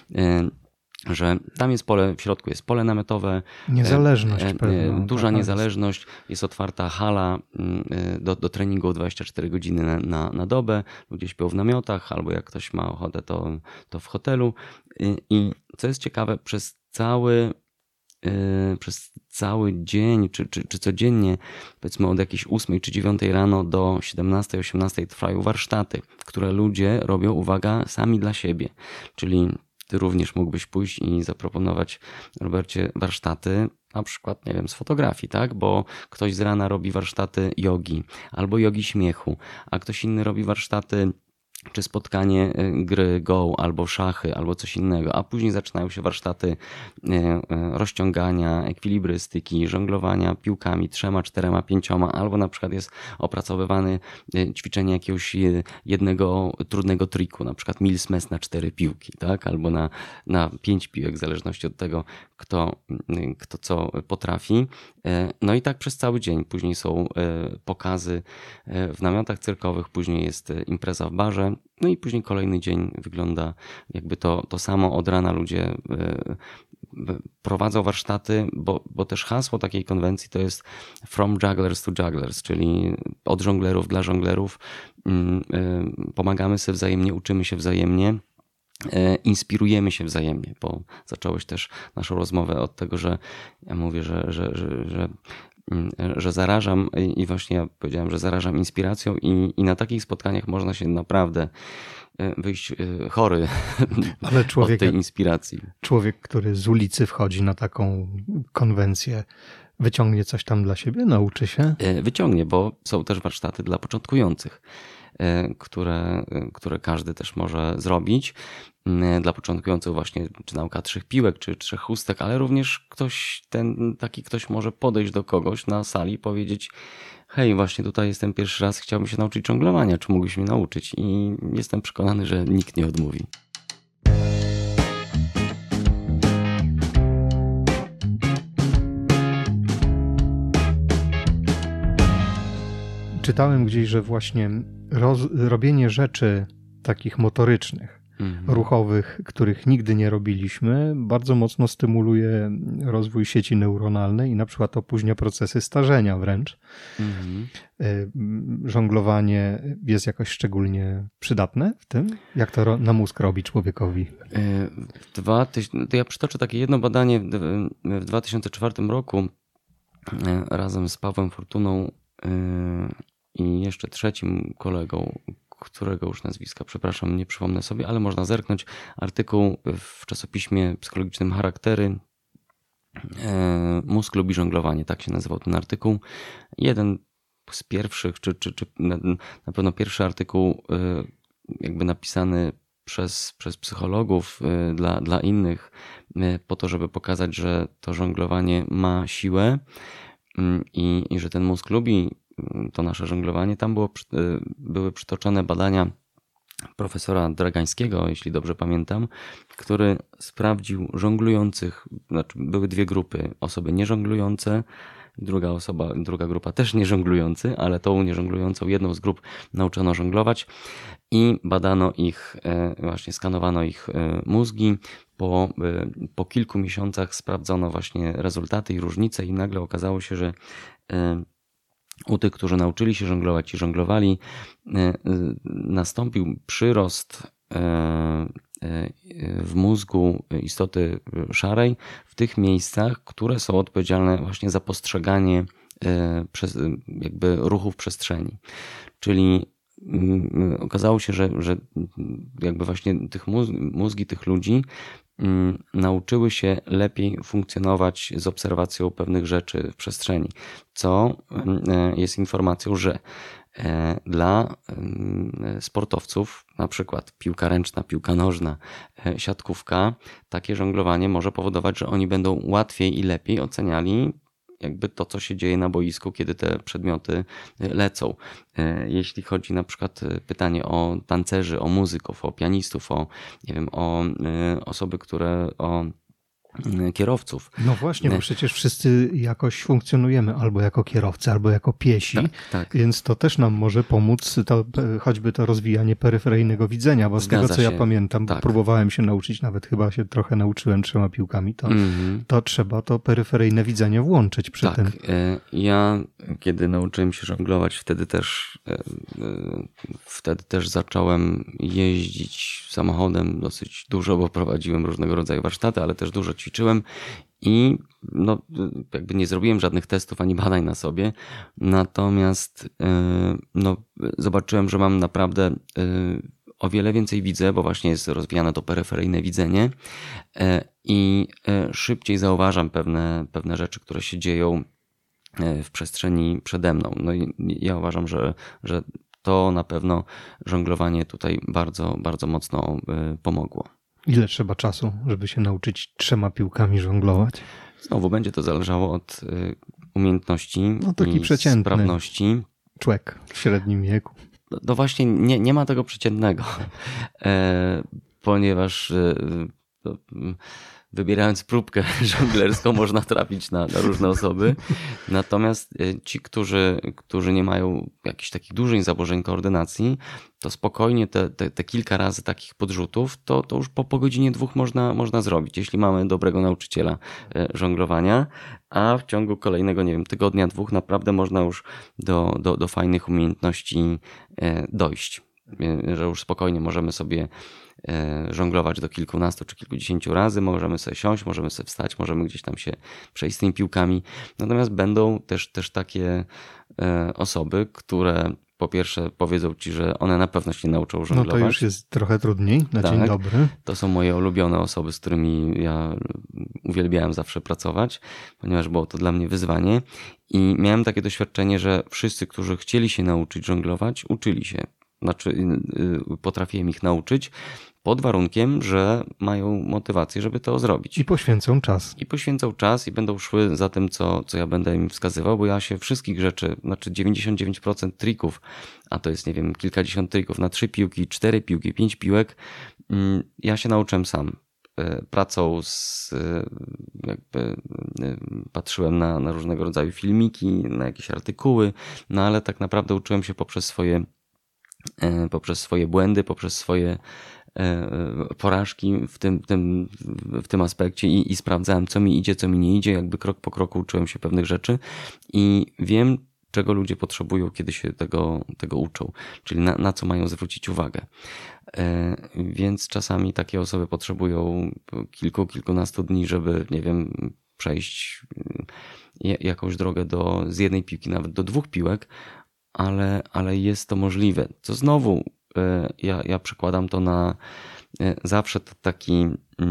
że tam jest pole, w środku jest pole namiotowe. Niezależność pewna. Duża niezależność, jest otwarta hala do, do treningu dwadzieścia cztery godziny na, na, na dobę. Ludzie śpią w namiotach, albo jak ktoś ma ochotę, to, to w hotelu. I co jest ciekawe, przez cały przez cały dzień, czy, czy, czy codziennie, powiedzmy od jakiejś ósmej czy dziewiątej rano do siedemnastej, osiemnastej trwają warsztaty, które ludzie robią, uwaga, sami dla siebie. Czyli ty również mógłbyś pójść i zaproponować, Robercie, warsztaty, na przykład, nie wiem, z fotografii, tak? Bo ktoś z rana robi warsztaty jogi albo jogi śmiechu, a ktoś inny robi warsztaty czy spotkanie gry go, albo szachy, albo coś innego, a później zaczynają się warsztaty rozciągania, ekwilibrystyki, żonglowania piłkami trzema, czterema, pięcioma, albo na przykład jest opracowywane ćwiczenie jakiegoś jednego trudnego triku, na przykład milsmes na cztery piłki, tak? Albo na, na pięć piłek, w zależności od tego, kto, kto co potrafi. No i tak przez cały dzień. Później są pokazy w namiotach cyrkowych, później jest impreza w barze, no i później kolejny dzień wygląda jakby to, to samo. Od rana ludzie prowadzą warsztaty, bo, bo też hasło takiej konwencji to jest from jugglers to jugglers, czyli od żonglerów dla żonglerów. Pomagamy sobie wzajemnie, uczymy się wzajemnie. Inspirujemy się wzajemnie, bo zacząłeś też naszą rozmowę od tego, że ja mówię, że, że, że, że, że zarażam i właśnie ja powiedziałem, że zarażam inspiracją i, i na takich spotkaniach można się naprawdę wyjść chory Ale człowiek, od tej inspiracji. Człowiek, który z ulicy wchodzi na taką konwencję, wyciągnie coś tam dla siebie, nauczy się? Wyciągnie, bo są też warsztaty dla początkujących, które, które każdy też może zrobić. Dla początkujących właśnie czy nauka trzech piłek, czy trzech chustek, ale również ktoś, ten taki ktoś może podejść do kogoś na sali i powiedzieć: hej, właśnie tutaj jestem pierwszy raz, chciałbym się nauczyć żonglowania, czy mógłbyś mnie nauczyć? I jestem przekonany, że nikt nie odmówi. Czytałem gdzieś, że właśnie roz, robienie rzeczy takich motorycznych, mhm. ruchowych, których nigdy nie robiliśmy, bardzo mocno stymuluje rozwój sieci neuronalnej i na przykład opóźnia procesy starzenia wręcz. Mhm. Żonglowanie jest jakoś szczególnie przydatne w tym? Jak to na mózg robi człowiekowi? Dwa, to ja przytoczę takie jedno badanie w dwa tysiące czwartym roku razem z Pawłem Fortuną i jeszcze trzecim kolegą, którego już nazwiska, przepraszam, nie przypomnę sobie, ale można zerknąć. Artykuł w czasopiśmie psychologicznym Charaktery. Mózg lubi żonglowanie, tak się nazywał ten artykuł. Jeden z pierwszych, czy, czy, czy na pewno pierwszy artykuł jakby napisany przez, przez psychologów dla, dla innych po to, żeby pokazać, że to żonglowanie ma siłę i, i że ten mózg lubi to nasze żonglowanie. Tam było, były przytoczone badania profesora Dragańskiego, jeśli dobrze pamiętam, który sprawdził żonglujących, znaczy były dwie grupy, osoby nieżonglujące, druga osoba, druga grupa też nieżonglujący, ale tą nieżonglującą jedną z grup nauczono żonglować i badano ich, właśnie skanowano ich mózgi. Po, po kilku miesiącach sprawdzono właśnie rezultaty i różnice i nagle okazało się, że u tych, którzy nauczyli się żonglować i żonglowali, nastąpił przyrost w mózgu istoty szarej w tych miejscach, które są odpowiedzialne właśnie za postrzeganie jakby ruchów przestrzeni. Czyli okazało się, że, że jakby właśnie tych mózgi tych ludzi nauczyły się lepiej funkcjonować z obserwacją pewnych rzeczy w przestrzeni, co jest informacją, że Dla sportowców, na przykład piłka ręczna, piłka nożna, siatkówka, takie żonglowanie może powodować, że oni będą łatwiej i lepiej oceniali jakby to, co się dzieje na boisku, kiedy te przedmioty lecą. Jeśli chodzi na przykład pytanie o tancerzy, o muzyków, o pianistów, o, nie wiem, o osoby, które o kierowców. No właśnie, bo przecież wszyscy jakoś funkcjonujemy albo jako kierowcy, albo jako piesi, tak, tak. Więc to też nam może pomóc, to, choćby to rozwijanie peryferyjnego widzenia, bo z Zgadza tego, co się. ja pamiętam, tak. próbowałem się nauczyć, nawet chyba się trochę nauczyłem trzema piłkami, to, mm-hmm. to trzeba to peryferyjne widzenie włączyć przy tak. tym. Ja, kiedy nauczyłem się żonglować, wtedy też wtedy też zacząłem jeździć samochodem dosyć dużo, bo prowadziłem różnego rodzaju warsztaty, ale też dużo ćwiczyłem i no, jakby nie zrobiłem żadnych testów ani badań na sobie, natomiast no, zobaczyłem, że mam naprawdę o wiele więcej widzę, bo właśnie jest rozwijane to peryferyjne widzenie i szybciej zauważam pewne, pewne rzeczy, które się dzieją w przestrzeni przede mną. No i ja uważam, że, że to na pewno żonglowanie tutaj bardzo, bardzo mocno pomogło. Ile trzeba czasu, żeby się nauczyć trzema piłkami żonglować? Znowu będzie to zależało od umiejętności no, taki i przeciętny sprawności. Człowiek w średnim wieku. No, no właśnie nie, nie ma tego przeciętnego, e, ponieważ e, to, wybierając próbkę żonglerską można trafić na, na różne osoby. Natomiast ci, którzy, którzy nie mają jakichś takich dużych zaburzeń koordynacji, to spokojnie te, te, te kilka razy takich podrzutów, to, to już po, po godzinie dwóch można, można zrobić, jeśli mamy dobrego nauczyciela żonglowania, a w ciągu kolejnego, nie wiem, tygodnia, dwóch naprawdę można już do, do, do fajnych umiejętności dojść. Że już spokojnie możemy sobie żonglować do kilkunastu czy kilkudziesięciu razy, możemy sobie siąść, możemy sobie wstać, możemy gdzieś tam się przejść z tymi piłkami. Natomiast będą też, też takie osoby, które po pierwsze powiedzą ci, że one na pewno się nauczą żonglować. No to już jest trochę trudniej, na tak, dzień dobry. To są moje ulubione osoby, z którymi ja uwielbiałem zawsze pracować, ponieważ było to dla mnie wyzwanie i miałem takie doświadczenie, że wszyscy, którzy chcieli się nauczyć żonglować, uczyli się. Znaczy potrafiłem ich nauczyć pod warunkiem, że mają motywację, żeby to zrobić. I poświęcą czas. I poświęcą czas i będą szły za tym, co, co ja będę im wskazywał, bo ja się wszystkich rzeczy, znaczy dziewięćdziesiąt dziewięć procent trików, a to jest, nie wiem, kilkadziesiąt trików na trzy piłki, cztery piłki, pięć piłek, ja się nauczyłem sam. Pracą z, jakby patrzyłem na, na różnego rodzaju filmiki, na jakieś artykuły, no ale tak naprawdę uczyłem się poprzez swoje poprzez swoje błędy, poprzez swoje porażki w tym, tym, w tym aspekcie i, i sprawdzałem, co mi idzie, co mi nie idzie, jakby krok po kroku uczyłem się pewnych rzeczy i wiem, czego ludzie potrzebują, kiedy się tego, tego uczą, czyli na, na co mają zwrócić uwagę. Więc czasami takie osoby potrzebują kilku, kilkunastu dni, żeby, nie wiem, przejść jakąś drogę do, z jednej piłki nawet do dwóch piłek, ale, ale jest to możliwe. Co znowu ja, ja przekładam to na zawsze to taki,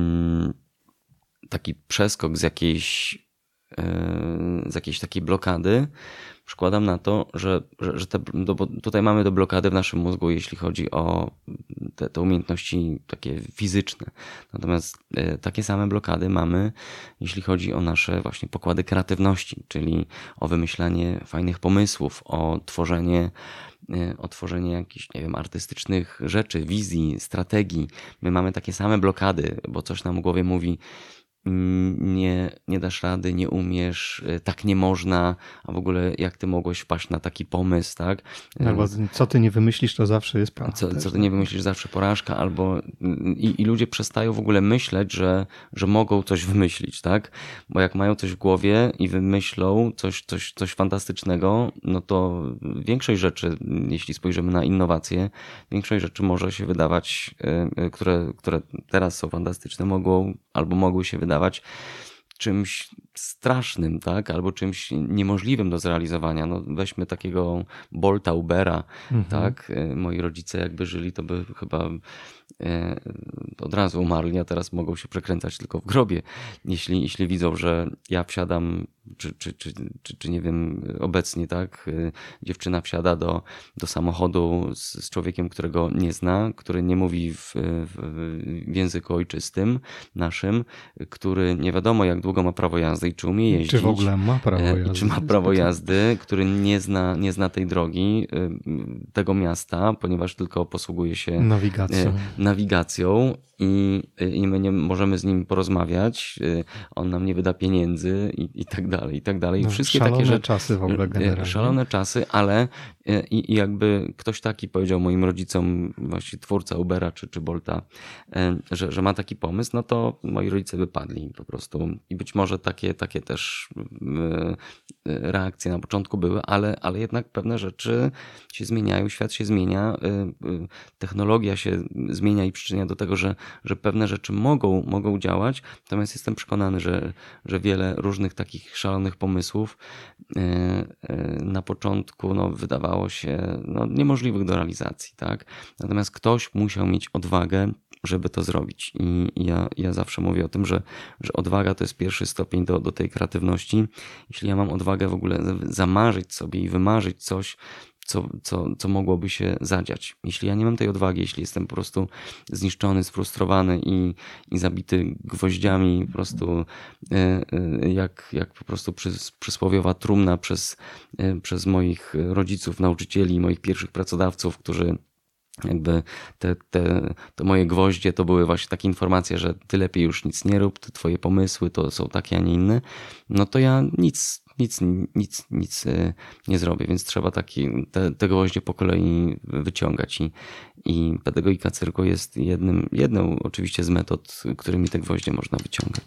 taki przeskok z jakiejś, z jakiejś takiej blokady. Przekładam na to, że, że, że te, bo tutaj mamy do blokady w naszym mózgu, jeśli chodzi o te, te umiejętności takie fizyczne. Natomiast takie same blokady mamy, jeśli chodzi o nasze właśnie pokłady kreatywności, czyli o wymyślanie fajnych pomysłów, o tworzenie, o tworzenie jakichś, nie wiem, artystycznych rzeczy, wizji, strategii. My mamy takie same blokady, bo coś nam w głowie mówi, nie, nie dasz rady, nie umiesz, tak nie można, a w ogóle jak ty mogłeś wpaść na taki pomysł, tak? Albo co ty nie wymyślisz, to zawsze jest prawda. Co, co ty nie wymyślisz, zawsze porażka, albo i, i ludzie przestają w ogóle myśleć, że, że mogą coś wymyślić, tak? Bo jak mają coś w głowie i wymyślą coś, coś, coś fantastycznego, no to większość rzeczy, jeśli spojrzymy na innowacje, większość rzeczy może się wydawać, które, które teraz są fantastyczne, mogą albo mogły się wydawać czymś strasznym, tak? Albo czymś niemożliwym do zrealizowania. No, weźmy takiego Bolta, Ubera, mhm. tak? Moi rodzice jakby żyli, to by chyba od razu umarli, a teraz mogą się przekręcać tylko w grobie. Jeśli, jeśli widzą, że ja wsiadam, czy, czy, czy, czy, czy nie wiem, obecnie, tak? Dziewczyna wsiada do, do samochodu z, z człowiekiem, którego nie zna, który nie mówi w, w, w języku ojczystym naszym, który nie wiadomo jak długo ma prawo jazdy i czy umie jeździć. Czy w ogóle ma prawo jazdy. Czy ma prawo jazdy, który nie zna, nie zna tej drogi, tego miasta, ponieważ tylko posługuje się nawigacją. nawigacją i, i my nie możemy z nim porozmawiać, on nam nie wyda pieniędzy i, i tak dalej, i tak dalej. No, Wszystkie szalone takie rzeczy, czasy w ogóle generalnie. Szalone czasy, ale i, i jakby ktoś taki powiedział moim rodzicom, właśnie twórca Ubera czy, czy Bolta, że, że ma taki pomysł, no to moi rodzice wypadli po prostu. I być może takie, takie też reakcje na początku były, ale, ale jednak pewne rzeczy się zmieniają, świat się zmienia, technologia się zmienia i przyczynia do tego, że, że pewne rzeczy mogą, mogą działać, natomiast jestem przekonany, że, że wiele różnych takich szalonych pomysłów na początku no, wydawało się no, niemożliwych do realizacji, tak? Natomiast ktoś musiał mieć odwagę, żeby to zrobić. I ja, ja zawsze mówię o tym, że, że odwaga to jest pierwszy stopień do, do tej kreatywności. Jeśli ja mam odwagę w ogóle zamarzyć sobie i wymarzyć coś, co, co, co mogłoby się zadziać. Jeśli ja nie mam tej odwagi, jeśli jestem po prostu zniszczony, sfrustrowany i, i zabity gwoździami po prostu jak, jak po prostu przys, przysłowiowa trumna przez, przez moich rodziców, nauczycieli, moich pierwszych pracodawców, którzy jakby te, te, te moje gwoździe to były właśnie takie informacje, że ty lepiej już nic nie rób, te twoje pomysły to są takie, a nie inne, no to ja nic Nic, nic, nic nie zrobię, więc trzeba taki, te, te gwoździe po kolei wyciągać i, i pedagogika cyrku jest jednym, jedną oczywiście z metod, którymi te gwoździe można wyciągać.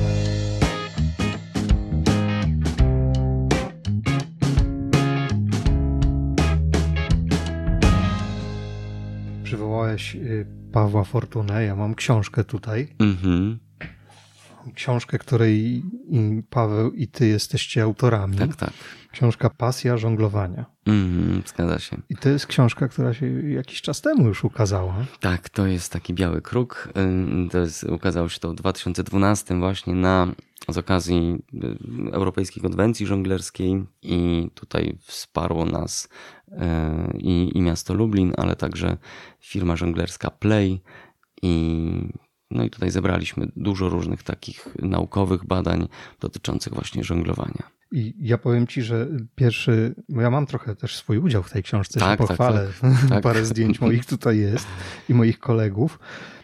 Przywołałeś Pawła Fortunę, ja mam książkę tutaj. Mhm. Książkę, której Paweł i ty jesteście autorami. Tak, tak. Książka Pasja żonglowania. Mm, zgadza się. I to jest książka, która się jakiś czas temu już ukazała. Tak, to jest taki biały kruk. To jest, ukazało się to w dwa tysiące dwunastym właśnie na, z okazji Europejskiej Konwencji Żonglerskiej i tutaj wsparło nas i, i miasto Lublin, ale także firma żonglerska Play i no i tutaj zebraliśmy dużo różnych takich naukowych badań dotyczących właśnie żonglowania. I ja powiem ci, że pierwszy, bo ja mam trochę też swój udział w tej książce, tak, się pochwalę. Tak, tak, tak. Parę zdjęć moich tutaj jest i moich kolegów.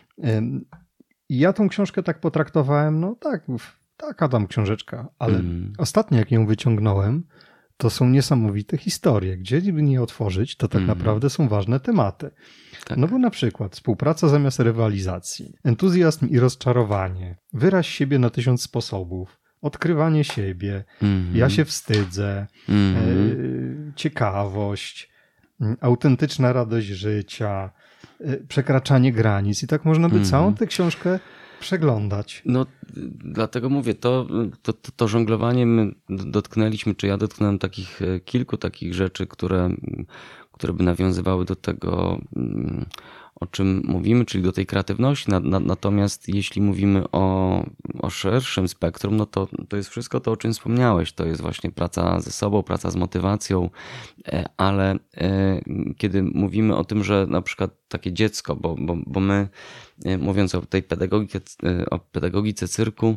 I ja tą książkę tak potraktowałem, no tak, taka tam książeczka, ale mm. ostatnio jak ją wyciągnąłem, to są niesamowite historie. Gdzie by nie otworzyć, to tak mm. naprawdę są ważne tematy. Tak. No bo na przykład współpraca zamiast rywalizacji, entuzjazm i rozczarowanie, wyraź siebie na tysiąc sposobów, odkrywanie siebie, mm-hmm. ja się wstydzę, mm-hmm. e, ciekawość, autentyczna radość życia, e, przekraczanie granic i tak można by mm-hmm. całą tę książkę przeglądać. No dlatego mówię, to, to, to, to żonglowanie my dotknęliśmy, czy ja dotknąłem takich kilku takich rzeczy, które, które by nawiązywały do tego, o czym mówimy, czyli do tej kreatywności. Natomiast jeśli mówimy o, o szerszym spektrum, no to, to jest wszystko to, o czym wspomniałeś. To jest właśnie praca ze sobą, praca z motywacją, ale kiedy mówimy o tym, że na przykład takie dziecko, bo, bo, bo my mówiąc o tej pedagogice, o pedagogice cyrku,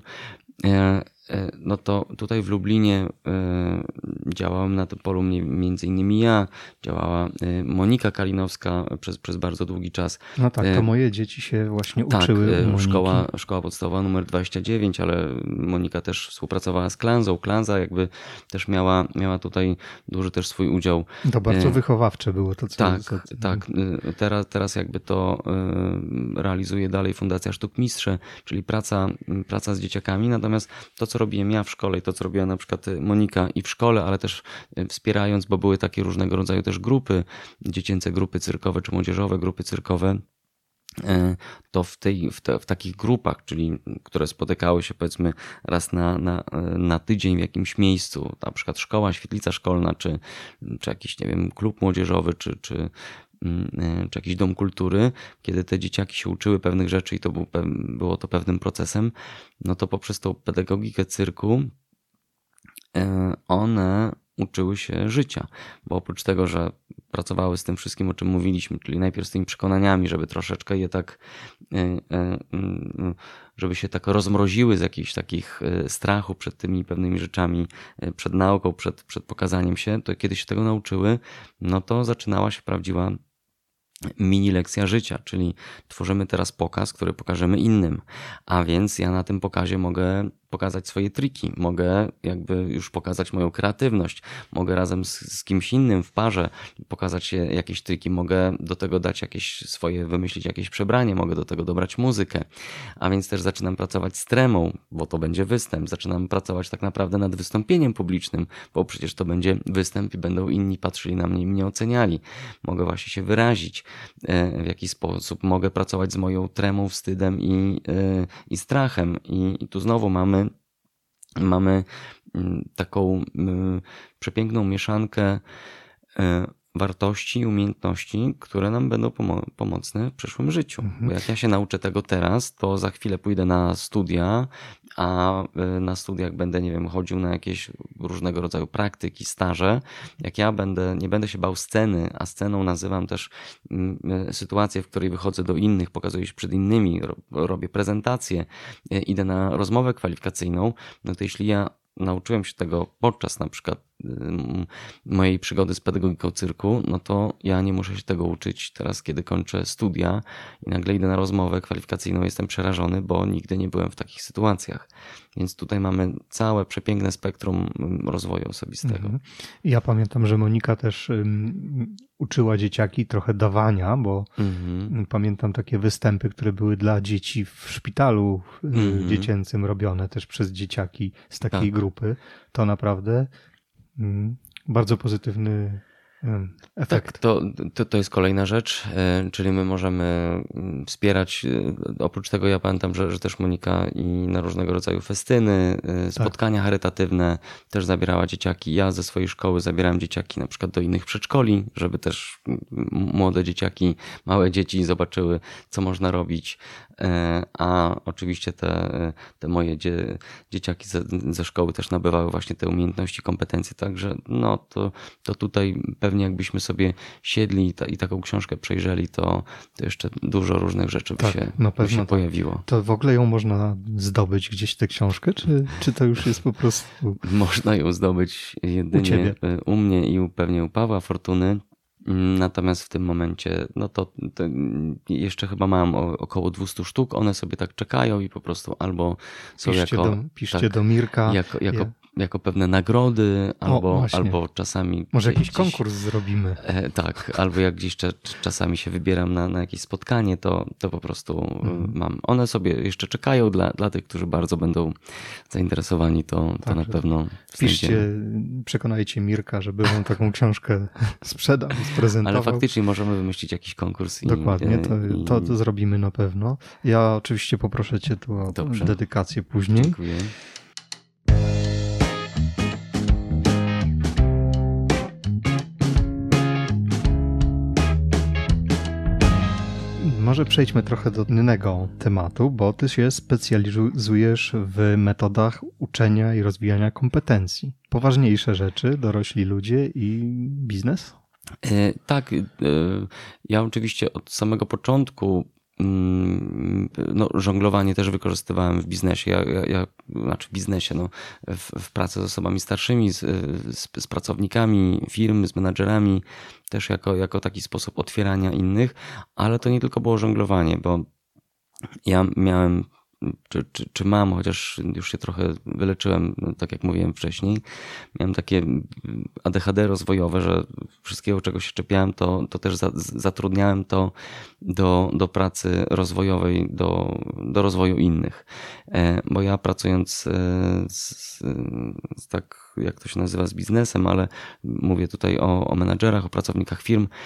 no to tutaj w Lublinie działałem na tym polu między innymi ja, działała Monika Kalinowska przez, przez bardzo długi czas. No tak, to moje dzieci się właśnie tak, uczyły u szkoła, szkoła podstawowa numer dwadzieścia dziewięć, ale Monika też współpracowała z Klanzą. Klanza jakby też miała, miała tutaj duży też swój udział. To bardzo wychowawcze było to, co... Tak, co... tak. Teraz, teraz jakby to realizuje dalej Fundacja Sztuk Mistrze, czyli praca, praca z dzieciakami, natomiast to, co robiłem ja w szkole i to, co robiła na przykład Monika i w szkole, ale też wspierając, bo były takie różnego rodzaju też grupy, dziecięce grupy cyrkowe czy młodzieżowe grupy cyrkowe, to w, tej, w, te, w takich grupach, czyli które spotykały się powiedzmy raz na, na, na tydzień w jakimś miejscu, na przykład szkoła, świetlica szkolna, czy, czy jakiś, nie wiem, klub młodzieżowy, czy, czy, czy jakiś dom kultury, kiedy te dzieciaki się uczyły pewnych rzeczy i to był, było to pewnym procesem, no to poprzez tą pedagogikę cyrku one uczyły się życia, bo oprócz tego, że pracowały z tym wszystkim, o czym mówiliśmy, czyli najpierw z tymi przekonaniami, żeby troszeczkę je tak, żeby się tak rozmroziły z jakichś takich strachu przed tymi pewnymi rzeczami, przed nauką, przed, przed pokazaniem się, to kiedy się tego nauczyły, no to zaczynała się prawdziwa mini lekcja życia, czyli tworzymy teraz pokaz, który pokażemy innym, a więc ja na tym pokazie mogę pokazać swoje triki, mogę jakby już pokazać moją kreatywność, mogę razem z, z kimś innym w parze pokazać jakieś triki, mogę do tego dać jakieś swoje, wymyślić jakieś przebranie, mogę do tego dobrać muzykę, a więc też zaczynam pracować z tremą, bo to będzie występ, zaczynam pracować tak naprawdę nad wystąpieniem publicznym, bo przecież to będzie występ i będą inni patrzyli na mnie i mnie oceniali. Mogę właśnie się wyrazić w jakiś sposób, mogę pracować z moją tremą, wstydem i, i strachem i, i tu znowu mamy Mamy taką przepiękną mieszankę wartości i umiejętności, które nam będą pomo- pomocne w przyszłym życiu. Mhm. Bo jak ja się nauczę tego teraz, to za chwilę pójdę na studia, a na studiach będę, nie wiem, chodził na jakieś różnego rodzaju praktyki, staże. Jak ja będę, nie będę się bał sceny, a sceną nazywam też sytuację, w której wychodzę do innych, pokazuję się przed innymi, robię prezentację, idę na rozmowę kwalifikacyjną, no to jeśli ja nauczyłem się tego podczas na przykład mojej przygody z pedagogiką cyrku, no to ja nie muszę się tego uczyć teraz, kiedy kończę studia i nagle idę na rozmowę kwalifikacyjną, jestem przerażony, bo nigdy nie byłem w takich sytuacjach. Więc tutaj mamy całe przepiękne spektrum rozwoju osobistego. Mhm. Ja pamiętam, że Monika też um, uczyła dzieciaki trochę dawania, bo mhm. pamiętam takie występy, które były dla dzieci w szpitalu mhm. dziecięcym robione też przez dzieciaki z takiej tak. grupy. To naprawdę um, bardzo pozytywny efekt. Tak, to, to, to jest kolejna rzecz, czyli my możemy wspierać, oprócz tego ja pamiętam, że, że też Monika i na różnego rodzaju festyny, spotkania tak. charytatywne też zabierała dzieciaki. Ja ze swojej szkoły zabierałem dzieciaki na przykład do innych przedszkoli, żeby też młode dzieciaki, małe dzieci zobaczyły, co można robić, a oczywiście te, te moje dzie, dzieciaki ze, ze szkoły też nabywały właśnie te umiejętności, kompetencje, także no to, to tutaj pewnie jakbyśmy sobie siedli i, ta, i taką książkę przejrzeli, to, to jeszcze dużo różnych rzeczy by tak, się, na pewno by się pojawiło. To w ogóle ją można zdobyć gdzieś tę książkę, czy, czy to już jest po prostu... Można ją zdobyć jedynie u, u mnie i u, pewnie u Pawła Fortuny. Natomiast w tym momencie, no to, to jeszcze chyba mam około dwieście sztuk, one sobie tak czekają i po prostu albo są piszcie jako... Do, piszcie tak, do Mirka. Jako, jako, ja. jako pewne nagrody, albo, o, albo czasami... Może jakiś gdzieś, konkurs zrobimy. E, tak, albo jak gdzieś czasami się wybieram na, na jakieś spotkanie, to, to po prostu mhm. mam. One sobie jeszcze czekają dla, dla tych, którzy bardzo będą zainteresowani, to, to tak, na pewno... Piszcie, znajdziemy. Przekonajcie Mirka, żeby on taką książkę sprzedał, sprezentował. Ale faktycznie możemy wymyślić jakiś konkurs. I, Dokładnie, to, i... to, to zrobimy na pewno. Ja oczywiście poproszę cię tu o Dobrze. dedykację później. Dziękuję. Może przejdźmy trochę do innego tematu, bo ty się specjalizujesz w metodach uczenia i rozwijania kompetencji. Poważniejsze rzeczy, dorośli ludzie i biznes? Tak, ja oczywiście od samego początku no, żonglowanie też wykorzystywałem w biznesie, ja, ja, ja, znaczy w biznesie, no, w, w pracy z osobami starszymi, z, z, z pracownikami firm, z menadżerami, też jako, jako taki sposób otwierania innych, ale to nie tylko było żonglowanie, bo ja miałem Czy, czy, czy mam, chociaż już się trochę wyleczyłem, no, tak jak mówiłem wcześniej, miałem takie A D H D rozwojowe, że wszystkiego, czego się czepiałem, to, to też za, zatrudniałem to do, do pracy rozwojowej, do, do rozwoju innych. Bo ja pracując z, z tak, jak to się nazywa, z biznesem, ale mówię tutaj o, o menadżerach, o pracownikach firm,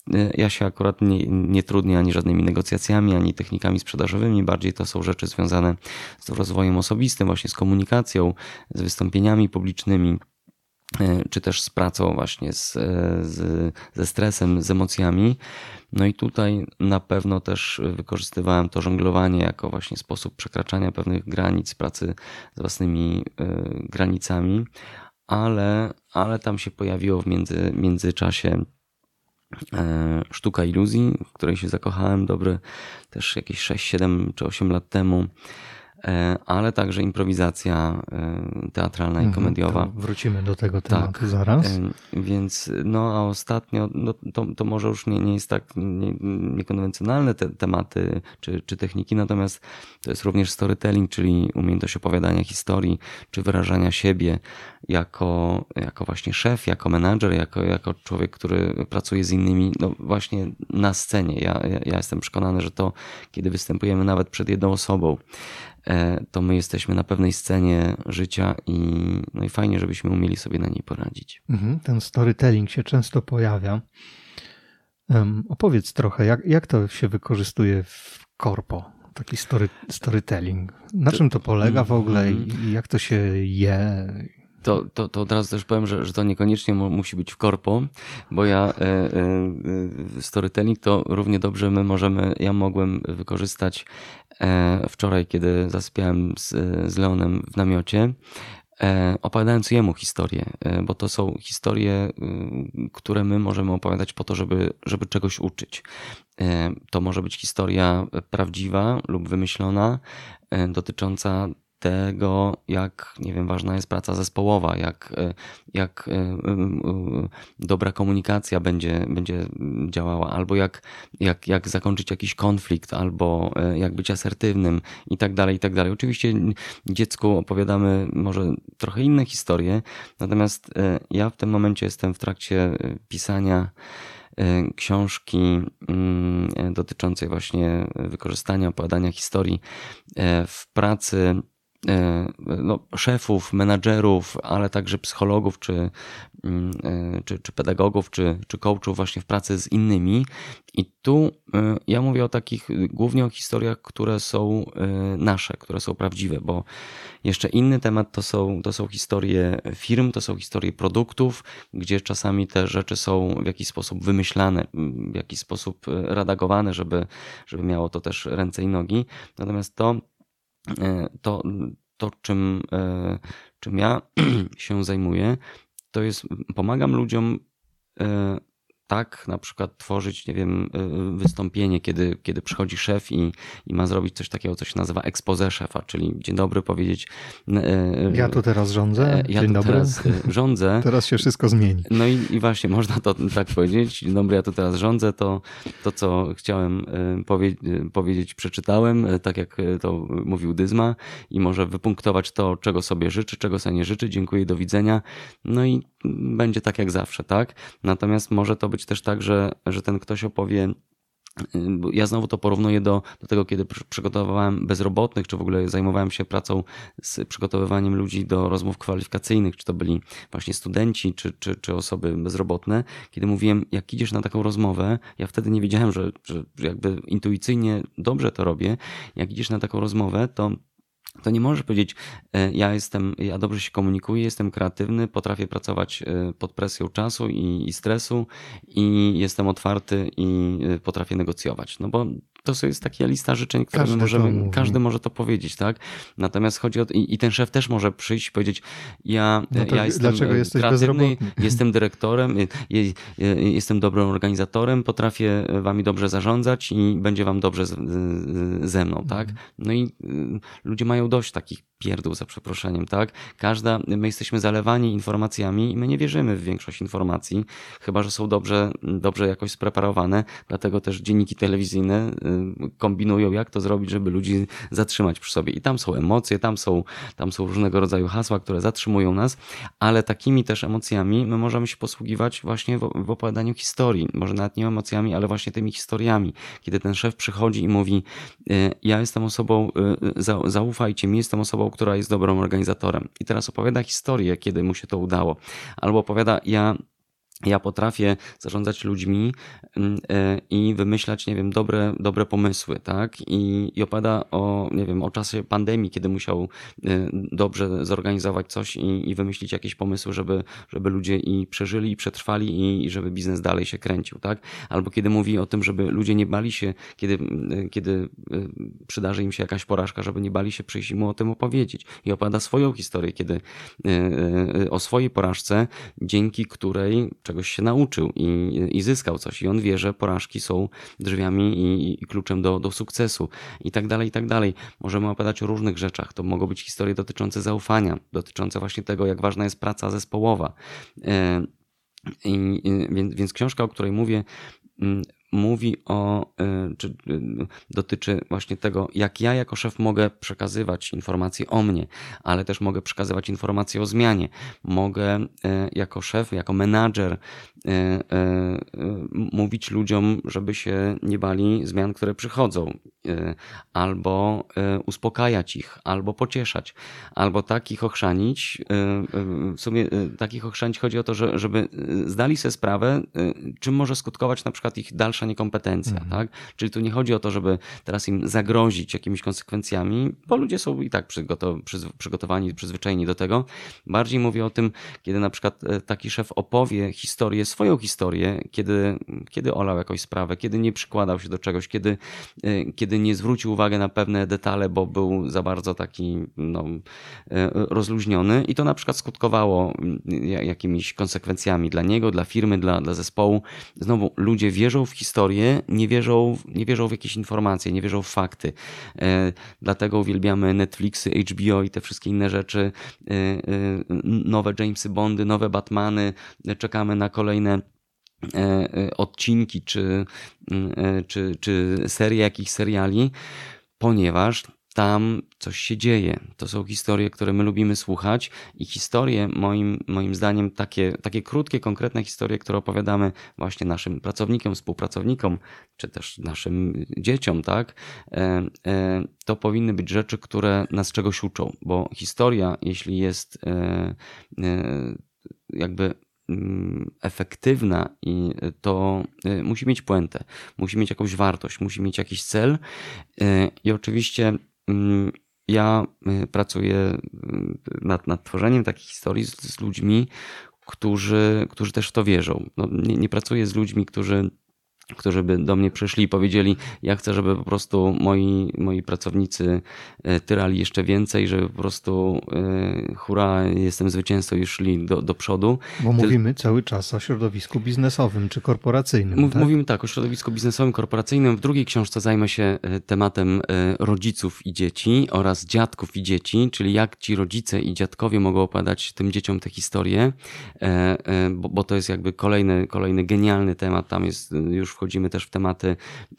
ja się akurat nie, nie trudnię ani żadnymi negocjacjami, ani technikami sprzedażowymi. Bardziej to są rzeczy związane z rozwojem osobistym, właśnie z komunikacją, z wystąpieniami publicznymi, czy też z pracą właśnie z, z, ze stresem, z emocjami. No i tutaj na pewno też wykorzystywałem to żonglowanie jako właśnie sposób przekraczania pewnych granic, pracy z własnymi y, granicami, ale, ale tam się pojawiło w między, międzyczasie y, sztuka iluzji, w której się zakochałem dobry też jakieś sześć, siedem czy osiem lat temu. Ale także improwizacja teatralna i komediowa. To wrócimy do tego tematu tak, zaraz. Więc no a ostatnio no, to, to może już nie, nie jest tak nie, niekonwencjonalne te tematy czy, czy techniki, natomiast to jest również storytelling, czyli umiejętność opowiadania historii, czy wyrażania siebie jako, jako właśnie szef, jako menadżer, jako, jako człowiek, który pracuje z innymi, no właśnie na scenie. Ja, ja, ja jestem przekonany, że to, kiedy występujemy nawet przed jedną osobą, to my jesteśmy na pewnej scenie życia i, no i fajnie, żebyśmy umieli sobie na niej poradzić. Mhm, ten storytelling się często pojawia. Um, opowiedz trochę, jak, jak to się wykorzystuje w korpo, taki story, storytelling. Na czym to polega w ogóle i jak to się je? To, to, to od razu też powiem, że, że to niekoniecznie mu, musi być w korpo, bo ja e, e, storytelling to równie dobrze my możemy, ja mogłem wykorzystać e, wczoraj, kiedy zasypiałem z, z Leonem w namiocie, e, opowiadając jemu historię, e, bo to są historie, e, które my możemy opowiadać po to, żeby, żeby czegoś uczyć. E, to może być historia prawdziwa lub wymyślona, e, dotycząca tego, jak, nie wiem, ważna jest praca zespołowa, jak, jak dobra komunikacja będzie, będzie działała, albo jak, jak, jak zakończyć jakiś konflikt, albo jak być asertywnym i tak dalej, i tak dalej. Oczywiście dziecku opowiadamy może trochę inne historie, natomiast ja w tym momencie jestem w trakcie pisania książki dotyczącej właśnie wykorzystania, opowiadania historii w pracy no, szefów, menadżerów, ale także psychologów, czy, czy, czy pedagogów, czy, czy coachów właśnie w pracy z innymi. I tu ja mówię o takich, głównie o historiach, które są nasze, które są prawdziwe, bo jeszcze inny temat to są, to są historie firm, to są historie produktów, gdzie czasami te rzeczy są w jakiś sposób wymyślane, w jakiś sposób redagowane, żeby, żeby miało to też ręce i nogi. Natomiast to To, to czym, czym ja się zajmuję, to jest, pomagam ludziom tak na przykład tworzyć, nie wiem, wystąpienie, kiedy, kiedy przychodzi szef i, i ma zrobić coś takiego, co się nazywa expose szefa, czyli dzień dobry powiedzieć. Ja tu teraz rządzę, ja dzień tu dobry. Teraz rządzę. Teraz się wszystko zmieni. No i, i właśnie można to tak powiedzieć. Dzień dobry, ja tu teraz rządzę, to, to co chciałem powie, powiedzieć, przeczytałem, tak jak to mówił Dyzma i może wypunktować to, czego sobie życzy, czego sobie nie życzy. Dziękuję, do widzenia. No i będzie tak jak zawsze, tak? Natomiast może to być też tak, że, że ten ktoś opowie. Ja znowu to porównuję do, do tego, kiedy przygotowywałem bezrobotnych, czy w ogóle zajmowałem się pracą z przygotowywaniem ludzi do rozmów kwalifikacyjnych, czy to byli właśnie studenci, czy, czy, czy osoby bezrobotne. Kiedy mówiłem, jak idziesz na taką rozmowę, ja wtedy nie wiedziałem, że, że jakby intuicyjnie dobrze to robię. Jak idziesz na taką rozmowę, to to nie możesz powiedzieć, ja jestem, ja dobrze się komunikuję, jestem kreatywny, potrafię pracować pod presją czasu i, i stresu i jestem otwarty i potrafię negocjować. No bo to jest taka lista życzeń, które my możemy, każdy może to powiedzieć, tak? Natomiast chodzi o to, i, i ten szef też może przyjść i powiedzieć, ja, no ja jestem kreatywny, jestem dyrektorem, je, je, jestem dobrym organizatorem, potrafię wami dobrze zarządzać i będzie wam dobrze z, ze mną, tak? No i ludzie mają dość takich pierdół, za przeproszeniem, tak? Każda, my jesteśmy zalewani informacjami i my nie wierzymy w większość informacji, chyba że są dobrze, dobrze jakoś spreparowane, dlatego też dzienniki telewizyjne kombinują, jak to zrobić, żeby ludzi zatrzymać przy sobie. I tam są emocje, tam są, tam są różnego rodzaju hasła, które zatrzymują nas, ale takimi też emocjami my możemy się posługiwać właśnie w, w opowiadaniu historii. Może nawet nie emocjami, ale właśnie tymi historiami. Kiedy ten szef przychodzi i mówi, ja jestem osobą, zaufajcie mi, jestem osobą, która jest dobrym organizatorem. I teraz opowiada historię, kiedy mu się to udało. Albo opowiada, ja Ja potrafię zarządzać ludźmi i wymyślać, nie wiem, dobre, dobre pomysły, tak? I, i opowiada o, nie wiem, o czasie pandemii, kiedy musiał dobrze zorganizować coś i, i wymyślić jakieś pomysły, żeby, żeby ludzie i przeżyli, i przetrwali, i, i żeby biznes dalej się kręcił, tak? Albo kiedy mówi o tym, żeby ludzie nie bali się, kiedy, kiedy przydarzy im się jakaś porażka, żeby nie bali się przyjść i mu o tym opowiedzieć. I opowiada swoją historię, kiedy o swojej porażce, dzięki której czegoś się nauczył i, i zyskał coś. I on wie, że porażki są drzwiami i, i kluczem do, do sukcesu i tak dalej, i tak dalej. Możemy opowiadać o różnych rzeczach. To mogą być historie dotyczące zaufania, dotyczące właśnie tego, jak ważna jest praca zespołowa. I, i, więc, więc książka, o której mówię, mówi o, czy dotyczy właśnie tego, jak ja jako szef mogę przekazywać informacje o mnie, ale też mogę przekazywać informacje o zmianie. Mogę jako szef, jako menadżer mówić ludziom, żeby się nie bali zmian, które przychodzą, albo uspokajać ich, albo pocieszać, albo tak ich ochrzanić. W sumie tak ich ochrzanić chodzi o to, że, żeby zdali sobie sprawę, czym może skutkować na przykład ich dalsza niekompetencja, mhm. tak? Czyli tu nie chodzi o to, żeby teraz im zagrozić jakimiś konsekwencjami, bo ludzie są i tak przygotowani, przyzwyczajeni do tego. Bardziej mówię o tym, kiedy na przykład taki szef opowie historię, swoją historię, kiedy, kiedy olał jakąś sprawę, kiedy nie przykładał się do czegoś, kiedy, kiedy nie zwrócił uwagi na pewne detale, bo był za bardzo taki no, rozluźniony i to na przykład skutkowało jakimiś konsekwencjami dla niego, dla firmy, dla, dla zespołu. Znowu, ludzie wierzą w historię, nie wierzą, nie wierzą w jakieś informacje, nie wierzą w fakty. Dlatego uwielbiamy Netflixy, H B O i te wszystkie inne rzeczy, nowe Jamesy Bondy, nowe Batmany, czekamy na kolejne odcinki czy, czy, czy serie jakichś seriali, ponieważ tam coś się dzieje. To są historie, które my lubimy słuchać i historie, moim, moim zdaniem, takie, takie krótkie, konkretne historie, które opowiadamy właśnie naszym pracownikom, współpracownikom, czy też naszym dzieciom, tak? To powinny być rzeczy, które nas czegoś uczą, bo historia, jeśli jest jakby efektywna i to musi mieć puentę, musi mieć jakąś wartość, musi mieć jakiś cel i oczywiście ja pracuję nad, nad tworzeniem takich historii z, z ludźmi, którzy, którzy też w to wierzą. No, nie, nie pracuję z ludźmi, którzy którzy by do mnie przyszli i powiedzieli, ja chcę, żeby po prostu moi, moi pracownicy tyrali jeszcze więcej, żeby po prostu hura, jestem zwycięzcą, już szli do, do przodu. Bo Ty... mówimy cały czas o środowisku biznesowym czy korporacyjnym. Mów, tak? Mówimy tak, o środowisku biznesowym, korporacyjnym. W drugiej książce zajmę się tematem rodziców i dzieci oraz dziadków i dzieci, czyli jak ci rodzice i dziadkowie mogą opowiadać tym dzieciom te historie, bo, bo to jest jakby kolejny, kolejny genialny temat. Tam jest już wchodzimy też w tematy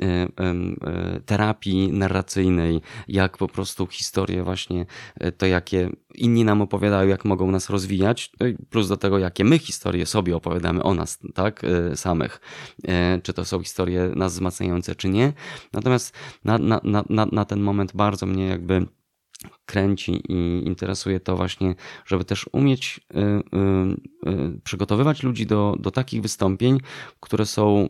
terapii narracyjnej, jak po prostu historie właśnie, to jakie inni nam opowiadają, jak mogą nas rozwijać, plus do tego, jakie my historie sobie opowiadamy o nas, tak, samych. Czy to są historie nas wzmacniające, czy nie. Natomiast na, na, na, na ten moment bardzo mnie jakby kręci i interesuje to właśnie, żeby też umieć y, y, y, przygotowywać ludzi do, do takich wystąpień, które są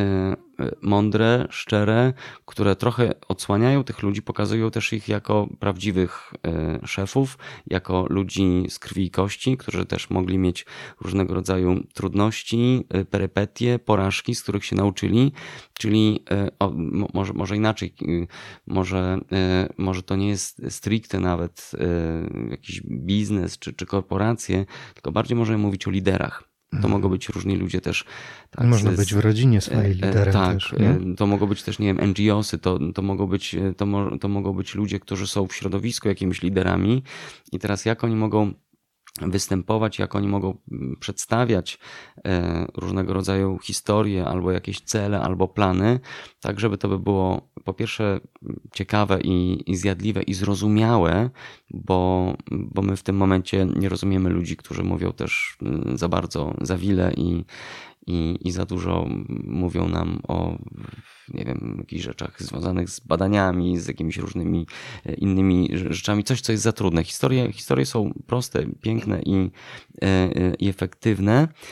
mądre, szczere, które trochę odsłaniają tych ludzi, pokazują też ich jako prawdziwych szefów, jako ludzi z krwi i kości, którzy też mogli mieć różnego rodzaju trudności, perypetie, porażki, z których się nauczyli, czyli o, może, może inaczej, może, może to nie jest stricte nawet jakiś biznes czy, czy korporacje, tylko bardziej możemy mówić o liderach. To mogą być różni ludzie też. Tak, Można z, być w rodzinie swojej liderem tak, też. Nie? To mogą być też, nie wiem, N G O sy, to, to, mogą być, to, mo, to mogą być ludzie, którzy są w środowisku jakimiś liderami i teraz jak oni mogą występować, jak oni mogą przedstawiać różnego rodzaju historie, albo jakieś cele, albo plany, tak żeby to by było po pierwsze ciekawe i, i zjadliwe i zrozumiałe, bo, bo my w tym momencie nie rozumiemy ludzi, którzy mówią też za bardzo za wiele i, i, i za dużo mówią nam o, nie wiem, jakichś rzeczach związanych z badaniami, z jakimiś różnymi innymi rzeczami, coś, co jest za trudne. Historie, historie są proste, piękne i, i efektywne,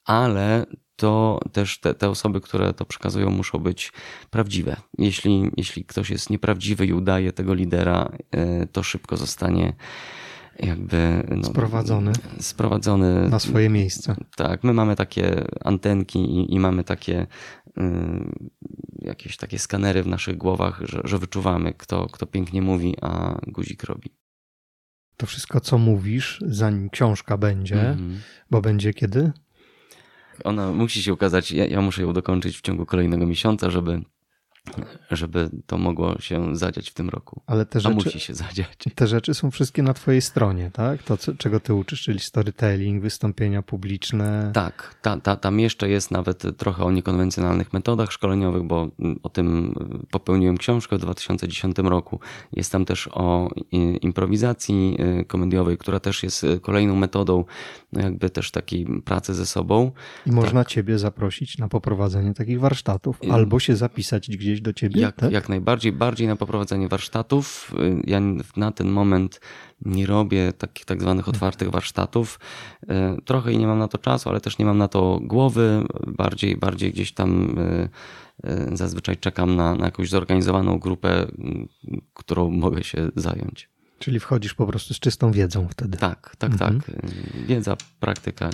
ale to też te, te osoby, które to przekazują, muszą być prawdziwe. Jeśli, jeśli ktoś jest nieprawdziwy i udaje tego lidera, to szybko zostanie jakby no, sprowadzony. sprowadzony na swoje miejsce. Tak, my mamy takie antenki i, i mamy takie y, jakieś takie skanery w naszych głowach, że, że wyczuwamy, kto, kto pięknie mówi, a guzik robi. To wszystko, co mówisz, zanim książka będzie, mm-hmm. bo będzie kiedy? Ona musi się ukazać, ja, ja muszę ją dokończyć w ciągu kolejnego miesiąca, żeby żeby to mogło się zadziać w tym roku. Ale te rzeczy, A musi się zadziać. Te rzeczy są wszystkie na twojej stronie, tak? To, co, czego ty uczysz, czyli storytelling, wystąpienia publiczne. Tak, ta, ta, tam jeszcze jest nawet trochę o niekonwencjonalnych metodach szkoleniowych, bo o tym popełniłem książkę w dwa tysiące dziesiątym roku. Jest tam też o improwizacji komediowej, która też jest kolejną metodą jakby też takiej pracy ze sobą. I można tak. ciebie zaprosić na poprowadzenie takich warsztatów, albo się zapisać gdzieś do ciebie? Jak, tak? jak najbardziej, bardziej na poprowadzenie warsztatów. Ja na ten moment nie robię takich tak zwanych otwartych warsztatów. Trochę i nie mam na to czasu, ale też nie mam na to głowy. Bardziej, bardziej gdzieś tam zazwyczaj czekam na, na jakąś zorganizowaną grupę, którą mogę się zająć. Czyli wchodzisz po prostu z czystą wiedzą wtedy. Tak, tak, mhm. tak. Wiedza, praktyka.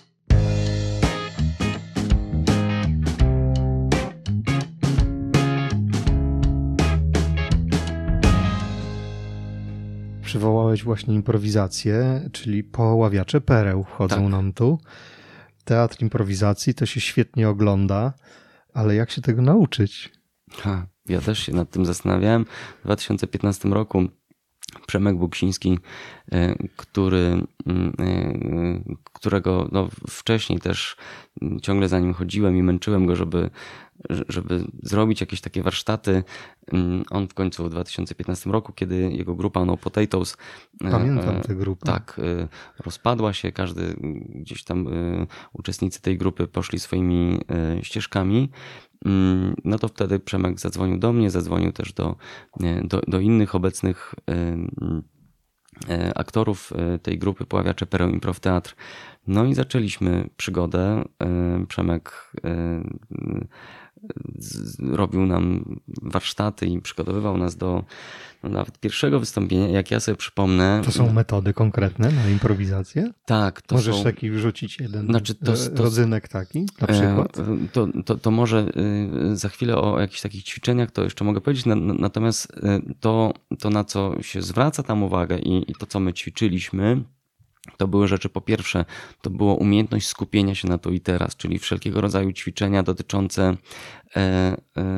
Przywołałeś właśnie improwizację, czyli poławiacze pereł wchodzą tak. nam tu. Teatr improwizacji to się świetnie ogląda, ale jak się tego nauczyć? Ha, ja też się nad tym zastanawiałem. W dwa tysiące piętnastym roku Przemek Buksiński, który, którego no wcześniej też ciągle za nim chodziłem i męczyłem go, żeby, żeby zrobić jakieś takie warsztaty. On w końcu w dwa tysiące piętnastym roku, kiedy jego grupa No Potatoes, pamiętam tę grupę. Tak, rozpadła się, każdy gdzieś tam uczestnicy tej grupy poszli swoimi ścieżkami. No to wtedy Przemek zadzwonił do mnie, zadzwonił też do, do, do innych obecnych aktorów tej grupy Poławiacze Pereł Improv Teatr. No i zaczęliśmy przygodę. Przemek robił nam warsztaty i przygotowywał nas do no, nawet pierwszego wystąpienia. Jak ja sobie przypomnę... To są metody konkretne na improwizację? Tak. To Możesz są... taki wrzucić jeden znaczy, to, to, rodzynek taki na przykład? To, to, to może za chwilę o jakichś takich ćwiczeniach to jeszcze mogę powiedzieć. Natomiast to, to na co się zwraca tam uwagę i, i to, co my ćwiczyliśmy, to były rzeczy, po pierwsze, to była umiejętność skupienia się na tu i teraz, czyli wszelkiego rodzaju ćwiczenia dotyczące e, e,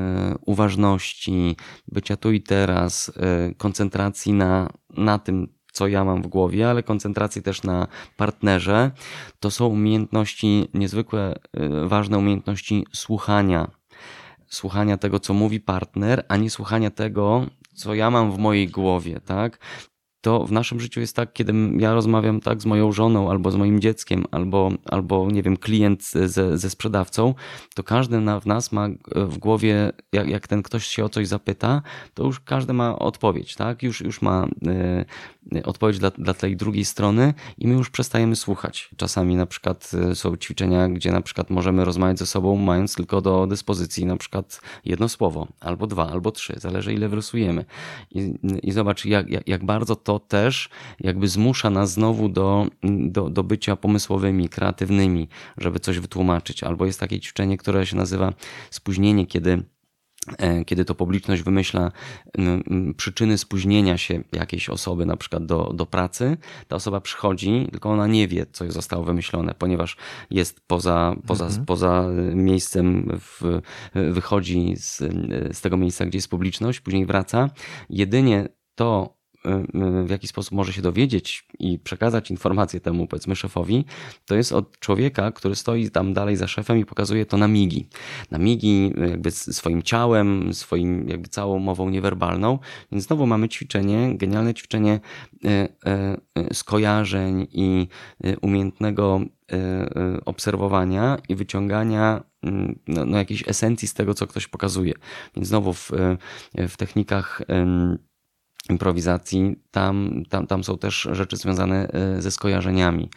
uważności, bycia tu i teraz, e, koncentracji na, na tym, co ja mam w głowie, ale koncentracji też na partnerze. To są umiejętności, niezwykle e, ważne umiejętności słuchania. Słuchania tego, co mówi partner, a nie słuchania tego, co ja mam w mojej głowie, tak? To w naszym życiu jest tak, kiedy ja rozmawiam tak z moją żoną, albo z moim dzieckiem, albo, albo nie wiem, klient ze, ze sprzedawcą, to każdy na, w nas ma w głowie, jak, jak ten ktoś się o coś zapyta, to już każdy ma odpowiedź, tak? Już, już ma y, odpowiedź dla, dla tej drugiej strony i my już przestajemy słuchać. Czasami na przykład są ćwiczenia, gdzie na przykład możemy rozmawiać ze sobą, mając tylko do dyspozycji na przykład jedno słowo, albo dwa, albo trzy, zależy ile wylosujemy. I, i zobacz, jak, jak, jak bardzo to też jakby zmusza nas znowu do, do, do bycia pomysłowymi, kreatywnymi, żeby coś wytłumaczyć. Albo jest takie ćwiczenie, które się nazywa spóźnienie, kiedy kiedy to publiczność wymyśla przyczyny spóźnienia się jakiejś osoby na przykład do, do pracy, ta osoba przychodzi, tylko ona nie wie, co zostało wymyślone, ponieważ jest poza, poza, mhm. poza miejscem, w, wychodzi z, z tego miejsca, gdzie jest publiczność, później wraca. Jedynie to, w jaki sposób może się dowiedzieć i przekazać informację temu, powiedzmy, szefowi, to jest od człowieka, który stoi tam dalej za szefem i pokazuje to na migi. Na migi jakby swoim ciałem, swoim jakby całą mową niewerbalną. Więc znowu mamy ćwiczenie, genialne ćwiczenie skojarzeń i umiejętnego obserwowania i wyciągania no, no jakiejś esencji z tego, co ktoś pokazuje. Więc znowu w, w technikach improwizacji, tam, tam, tam są też rzeczy związane ze skojarzeniami.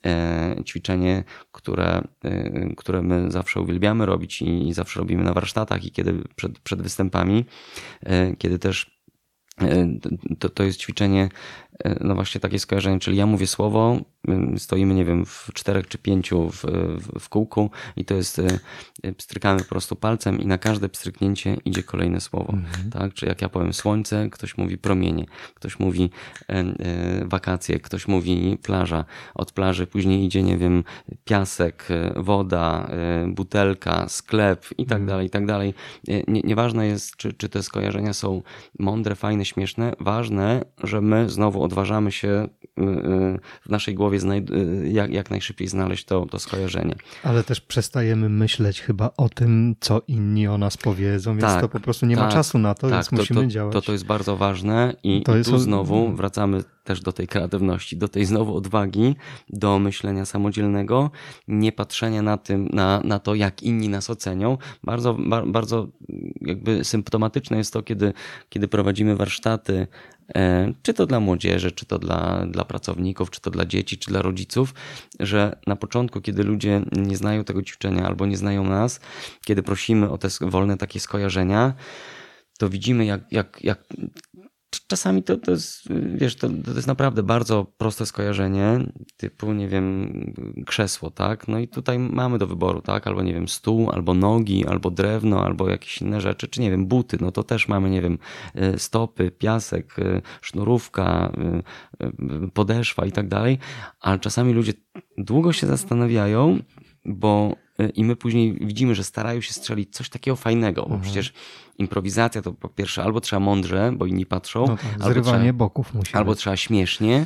ćwiczenie, które, które my zawsze uwielbiamy robić i, i zawsze robimy na warsztatach i kiedy przed, przed występami, kiedy też to, to jest ćwiczenie, no właśnie takie skojarzenie, czyli ja mówię słowo, stoimy, nie wiem, w czterech czy pięciu w, w, w kółku i to jest, pstrykamy po prostu palcem i na każde pstryknięcie idzie kolejne słowo, mhm. tak? Czy jak ja powiem słońce, ktoś mówi promienie, ktoś mówi e, e, wakacje, ktoś mówi plaża, od plaży później idzie, nie wiem, piasek, woda, e, butelka, sklep i tak dalej, i tak dalej. Nie, nieważne jest, czy, czy te skojarzenia są mądre, fajne, śmieszne, ważne, że my znowu odważamy się w naszej głowie jak, jak najszybciej znaleźć to, to skojarzenie. Ale też przestajemy myśleć chyba o tym, co inni o nas powiedzą, więc tak, to po prostu nie tak, ma czasu na to, tak, więc to, musimy to, działać. To, to jest bardzo ważne i, to i jest... tu znowu wracamy też do tej kreatywności, do tej znowu odwagi, do myślenia samodzielnego, nie patrzenia na, tym, na, na to, jak inni nas ocenią. Bardzo, ba, bardzo jakby symptomatyczne jest to, kiedy, kiedy prowadzimy warsztaty, czy to dla młodzieży, czy to dla, dla pracowników, czy to dla dzieci, czy dla rodziców, że na początku, kiedy ludzie nie znają tego ćwiczenia albo nie znają nas, kiedy prosimy o te wolne takie skojarzenia, to widzimy jak, jak, jak czasami to, to jest, wiesz, to, to jest naprawdę bardzo proste skojarzenie, typu, nie wiem, krzesło, tak? No i tutaj mamy do wyboru, tak? Albo, nie wiem, stół, albo nogi, albo drewno, albo jakieś inne rzeczy, czy, nie wiem, buty, no to też mamy, nie wiem, stopy, piasek, sznurówka, podeszwa i tak dalej, ale czasami ludzie długo się zastanawiają, bo i my później widzimy, że starają się strzelić coś takiego fajnego, bo mhm. przecież improwizacja to po pierwsze albo trzeba mądrze, bo inni patrzą, no tak, albo, zrywanie trzeba, boków musi albo być. trzeba śmiesznie.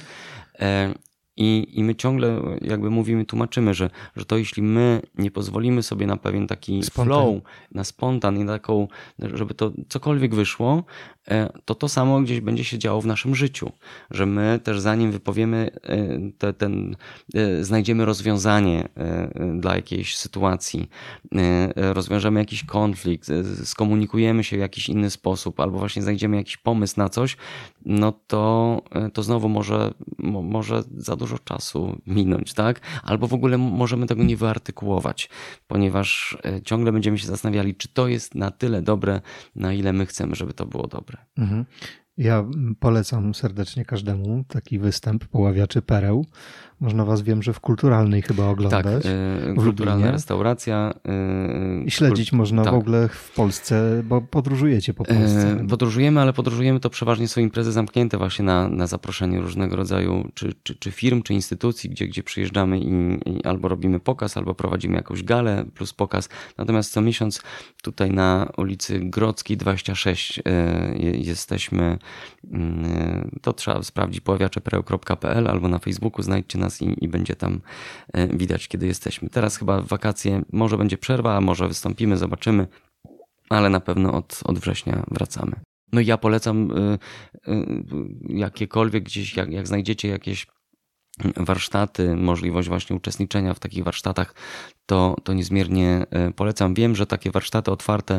I, I my ciągle jakby mówimy, tłumaczymy, że, że to jeśli my nie pozwolimy sobie na pewien taki spontan. flow, na spontan i na taką, żeby to cokolwiek wyszło, to to samo gdzieś będzie się działo w naszym życiu. Że my też zanim wypowiemy, te, ten, znajdziemy rozwiązanie dla jakiejś sytuacji, rozwiążemy jakiś konflikt, skomunikujemy się w jakiś inny sposób albo właśnie znajdziemy jakiś pomysł na coś, no to, to znowu może, może za dużo czasu minąć, tak? Albo w ogóle możemy tego nie wyartykułować, ponieważ ciągle będziemy się zastanawiali, czy to jest na tyle dobre, na ile my chcemy, żeby to było dobre. Mhm. Ja polecam serdecznie każdemu taki występ Poławiaczy Pereł. Można was, wiem, że w Kulturalnej chyba oglądać. Tak, yy, kulturalna restauracja. Yy, I śledzić kul... można tak. w ogóle w Polsce, bo podróżujecie po Polsce. Yy, podróżujemy, ale podróżujemy to przeważnie są imprezy zamknięte właśnie na, na zaproszenie różnego rodzaju czy, czy, czy firm, czy instytucji, gdzie, gdzie przyjeżdżamy i, i albo robimy pokaz, albo prowadzimy jakąś galę plus pokaz. Natomiast co miesiąc tutaj na ulicy Grodzkiej dwadzieścia sześć yy, jesteśmy, yy, to trzeba sprawdzić poławiacze pereł kropka pe el albo na Facebooku znajdźcie nas I, i będzie tam widać, kiedy jesteśmy. Teraz chyba w wakacje może będzie przerwa, a może wystąpimy, zobaczymy, ale na pewno od, od września wracamy. No i ja polecam y, y, jakiekolwiek gdzieś, jak, jak znajdziecie jakieś warsztaty, możliwość właśnie uczestniczenia w takich warsztatach, to, to niezmiernie polecam. Wiem, że takie warsztaty otwarte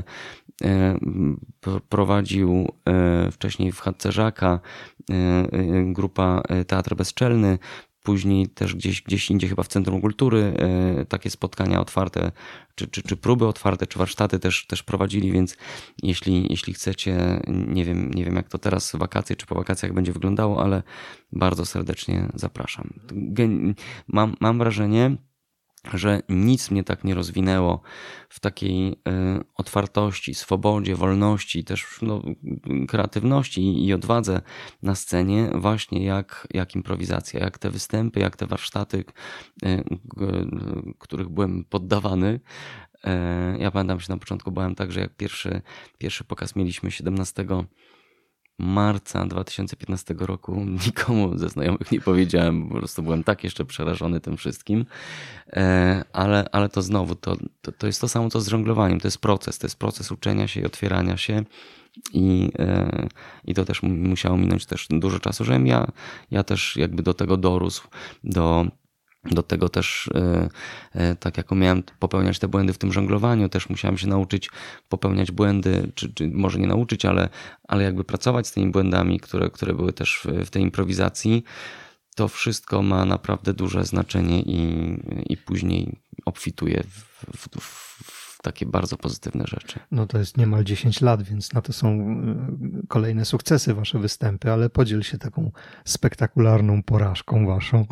prowadził wcześniej w Chatce Żaka grupa Teatr Bezczelny, później też gdzieś, gdzieś indziej, chyba w Centrum Kultury, takie spotkania otwarte, czy, czy, czy próby otwarte, czy warsztaty też, też prowadzili, więc jeśli, jeśli chcecie, nie wiem, nie wiem jak to teraz w wakacje, czy po wakacjach będzie wyglądało, ale bardzo serdecznie zapraszam. Mam, mam wrażenie, że nic mnie tak nie rozwinęło w takiej y, otwartości, swobodzie, wolności, też no, kreatywności i, i odwadze na scenie właśnie jak, jak improwizacja, jak te występy, jak te warsztaty, y, y, których byłem poddawany. Y, ja pamiętam, że na początku byłem tak, że jak pierwszy, pierwszy pokaz mieliśmy siedemnastego marca dwa tysiące piętnastego roku, nikomu ze znajomych nie powiedziałem, po prostu byłem tak jeszcze przerażony tym wszystkim, ale, ale to znowu, to, to, to jest to samo co z żonglowaniem, to jest proces, to jest proces uczenia się i otwierania się i, i to też musiało minąć też dużo czasu, żebym ja, ja też jakby do tego dorósł, do Do tego też, tak jak miałem popełniać te błędy w tym żonglowaniu, też musiałem się nauczyć popełniać błędy, czy, czy może nie nauczyć, ale, ale jakby pracować z tymi błędami, które, które były też w tej improwizacji. to wszystko ma naprawdę duże znaczenie i, i później obfituje w, w, w takie bardzo pozytywne rzeczy. No to jest niemal dziesięć lat, więc na to są kolejne sukcesy, wasze występy, ale podziel się taką spektakularną porażką waszą.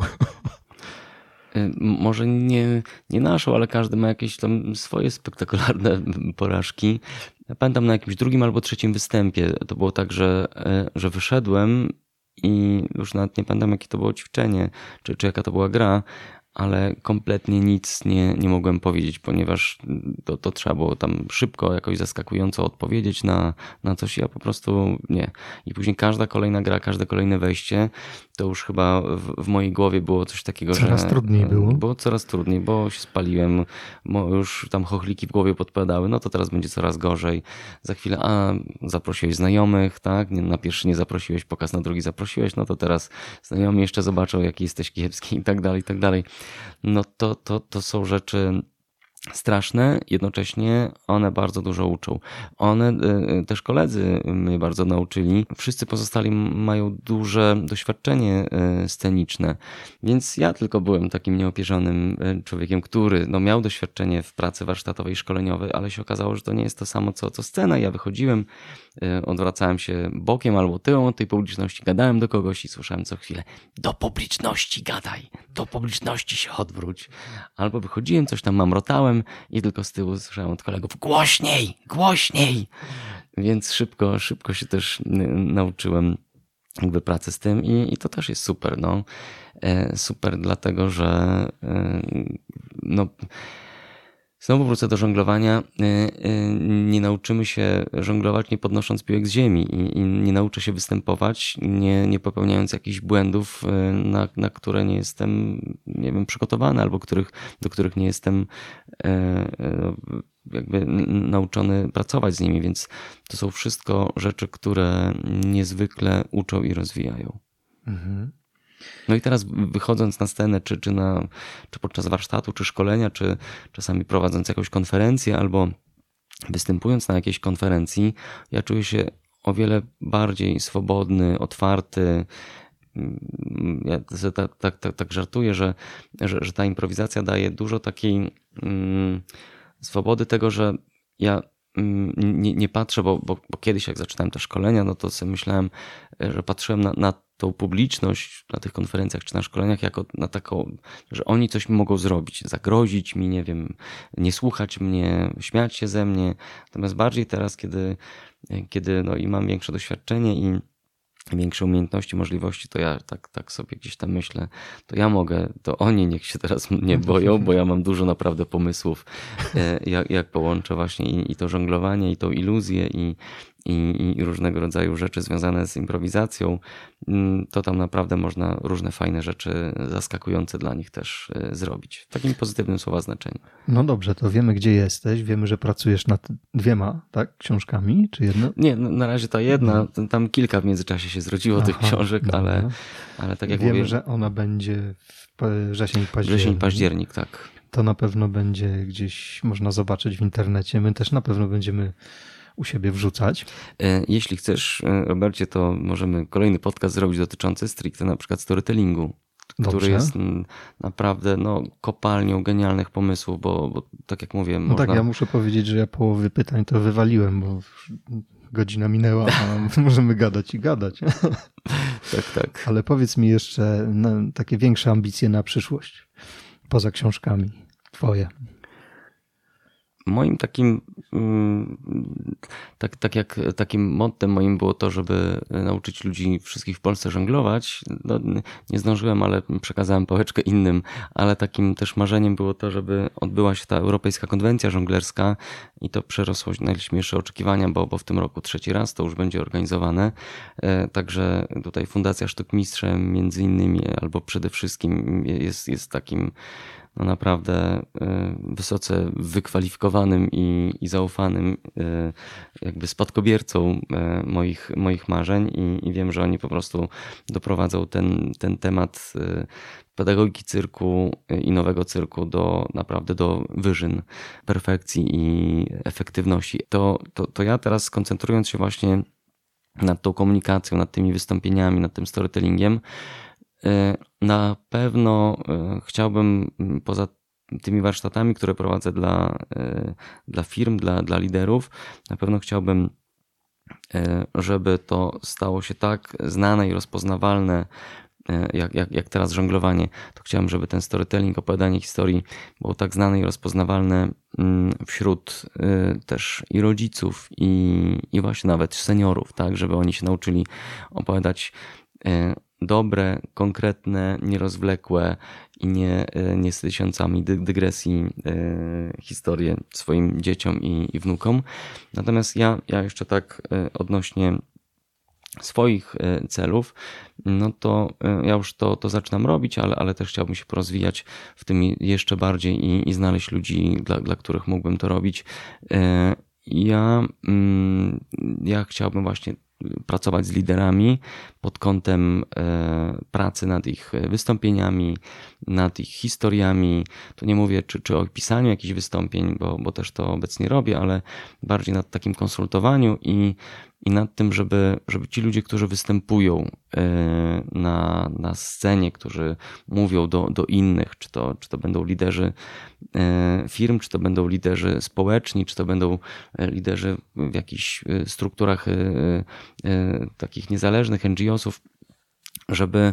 Może nie, nie naszą, ale każdy ma jakieś tam swoje spektakularne porażki. Ja pamiętam na jakimś drugim albo trzecim występie, to było tak, że, że wyszedłem i już nawet nie pamiętam, jakie to było ćwiczenie, czy, czy jaka to była gra, ale kompletnie nic nie, nie mogłem powiedzieć, ponieważ to, to trzeba było tam szybko, jakoś zaskakująco odpowiedzieć na, na coś. Ja po prostu nie. I później każda kolejna gra, każde kolejne wejście, to już chyba w, w mojej głowie było coś takiego, coraz że... Coraz trudniej było. Było coraz trudniej, bo się spaliłem, bo już tam chochliki w głowie podpowiadały, no to teraz będzie coraz gorzej. Za chwilę, a zaprosiłeś znajomych, tak? Na pierwszy nie zaprosiłeś, pokaz na drugi zaprosiłeś, no to teraz znajomi jeszcze zobaczą, jaki jesteś kiepski i tak dalej, i tak dalej. No to, to, to są rzeczy straszne, jednocześnie one bardzo dużo uczą. One, też koledzy mnie bardzo nauczyli. Wszyscy pozostali mają duże doświadczenie sceniczne, więc ja tylko byłem takim nieopierzonym człowiekiem, który no, miał doświadczenie w pracy warsztatowej, szkoleniowej, ale się okazało, że to nie jest to samo, co, co scena. Ja wychodziłem, odwracałem się bokiem albo tyłem od tej publiczności, gadałem do kogoś i słyszałem co chwilę: do publiczności gadaj, do publiczności się odwróć. Albo wychodziłem, coś tam mamrotałem i tylko z tyłu słyszałem od kolegów: głośniej, głośniej. Więc szybko, szybko się też nauczyłem jakby pracy z tym i, i to też jest super. No. Super dlatego, że no, znowu wrócę do żonglowania. Nie nauczymy się żonglować, nie podnosząc piłek z ziemi i, i nie nauczę się występować, nie, nie popełniając jakichś błędów, na, na które nie jestem, nie wiem, przygotowany albo których, do których nie jestem jakby nauczony pracować z nimi, więc to są wszystko rzeczy, które niezwykle uczą i rozwijają. Mhm. No i teraz wychodząc na scenę, czy, czy, na, czy podczas warsztatu, czy szkolenia, czy czasami prowadząc jakąś konferencję albo występując na jakiejś konferencji, ja czuję się o wiele bardziej swobodny, otwarty. Ja tak, tak, tak, tak żartuję, że, że, że ta improwizacja daje dużo takiej mm, swobody tego, że ja nie, nie patrzę, bo, bo, bo kiedyś jak zaczynałem te szkolenia, no to sobie myślałem, że patrzyłem na, na tą publiczność na tych konferencjach czy na szkoleniach jako na taką, że oni coś mi mogą zrobić, zagrozić mi, nie wiem, nie słuchać mnie, śmiać się ze mnie. Natomiast bardziej teraz, kiedy, kiedy no i mam większe doświadczenie i większe umiejętności, możliwości, to ja tak, tak sobie gdzieś tam myślę, to ja mogę, to oni niech się teraz mnie boją, bo ja mam dużo naprawdę pomysłów, jak, jak połączę właśnie i, i to żonglowanie, i tą iluzję, i, i, i różnego rodzaju rzeczy związane z improwizacją, to tam naprawdę można różne fajne rzeczy, zaskakujące dla nich też zrobić. W takim pozytywnym słowa znaczeniu. No dobrze, to wiemy, gdzie jesteś, wiemy, że pracujesz nad dwiema, tak, książkami, czy jedno? Nie, na razie ta jedna, tam kilka w międzyczasie się zrodziło Aha, tych książek, ale, ale tak jak wiemy, mówię... że ona będzie w wrzesień, październik. Wrzesień, październik, tak. To na pewno będzie gdzieś można zobaczyć w internecie. My też na pewno będziemy u siebie wrzucać. Jeśli chcesz, Robercie, to możemy kolejny podcast zrobić dotyczący stricte na przykład storytellingu, Dobrze. który jest naprawdę no, kopalnią genialnych pomysłów, bo, bo tak jak mówię... No można... tak, ja muszę powiedzieć, że ja połowy pytań to wywaliłem, bo godzina minęła, a możemy gadać i gadać. Tak, tak. Ale powiedz mi jeszcze no, takie większe ambicje na przyszłość, poza książkami twoje. Moim takim, tak, tak jak takim mottem moim było to, żeby nauczyć ludzi wszystkich w Polsce żonglować. No, nie zdążyłem, ale przekazałem pałeczkę innym, ale takim też marzeniem było to, żeby odbyła się ta Europejska Konwencja Żonglerska i to przerosło najśmielsze oczekiwania, bo, bo w tym roku trzeci raz to już będzie organizowane. Także tutaj Fundacja Sztukmistrzem między innymi, albo przede wszystkim jest, jest takim no naprawdę wysoce wykwalifikowanym i, i zaufanym jakby spadkobiercą moich, moich marzeń i, i wiem, że oni po prostu doprowadzą ten, ten temat pedagogiki cyrku i nowego cyrku do naprawdę do wyżyn, perfekcji i efektywności. To, to, to ja teraz koncentrując się właśnie nad tą komunikacją, nad tymi wystąpieniami, nad tym storytellingiem, Na pewno chciałbym poza tymi warsztatami, które prowadzę dla, dla firm, dla, dla liderów, na pewno chciałbym, żeby to stało się tak znane i rozpoznawalne, jak, jak, jak teraz żonglowanie, to chciałem, żeby ten storytelling, opowiadanie historii było tak znane i rozpoznawalne wśród też i rodziców, i, i właśnie nawet seniorów, tak, żeby oni się nauczyli opowiadać dobre, konkretne, nierozwlekłe i nie, nie z tysiącami dygresji historie swoim dzieciom i, i wnukom. Natomiast ja, ja jeszcze tak odnośnie swoich celów, no to ja już to, to zaczynam robić, ale, ale też chciałbym się porozwijać w tym jeszcze bardziej i, i znaleźć ludzi, dla, dla których mógłbym to robić. Ja, ja chciałbym właśnie pracować z liderami pod kątem pracy nad ich wystąpieniami, nad ich historiami. Tu nie mówię czy, czy o pisaniu jakichś wystąpień, bo, bo też to obecnie robię, ale bardziej nad takim konsultowaniu i, i nad tym, żeby, żeby ci ludzie, którzy występują na, na scenie, którzy mówią do, do innych, czy to, czy to będą liderzy firm, czy to będą liderzy społeczni, czy to będą liderzy w jakichś strukturach takich niezależnych en dżi osów, żeby,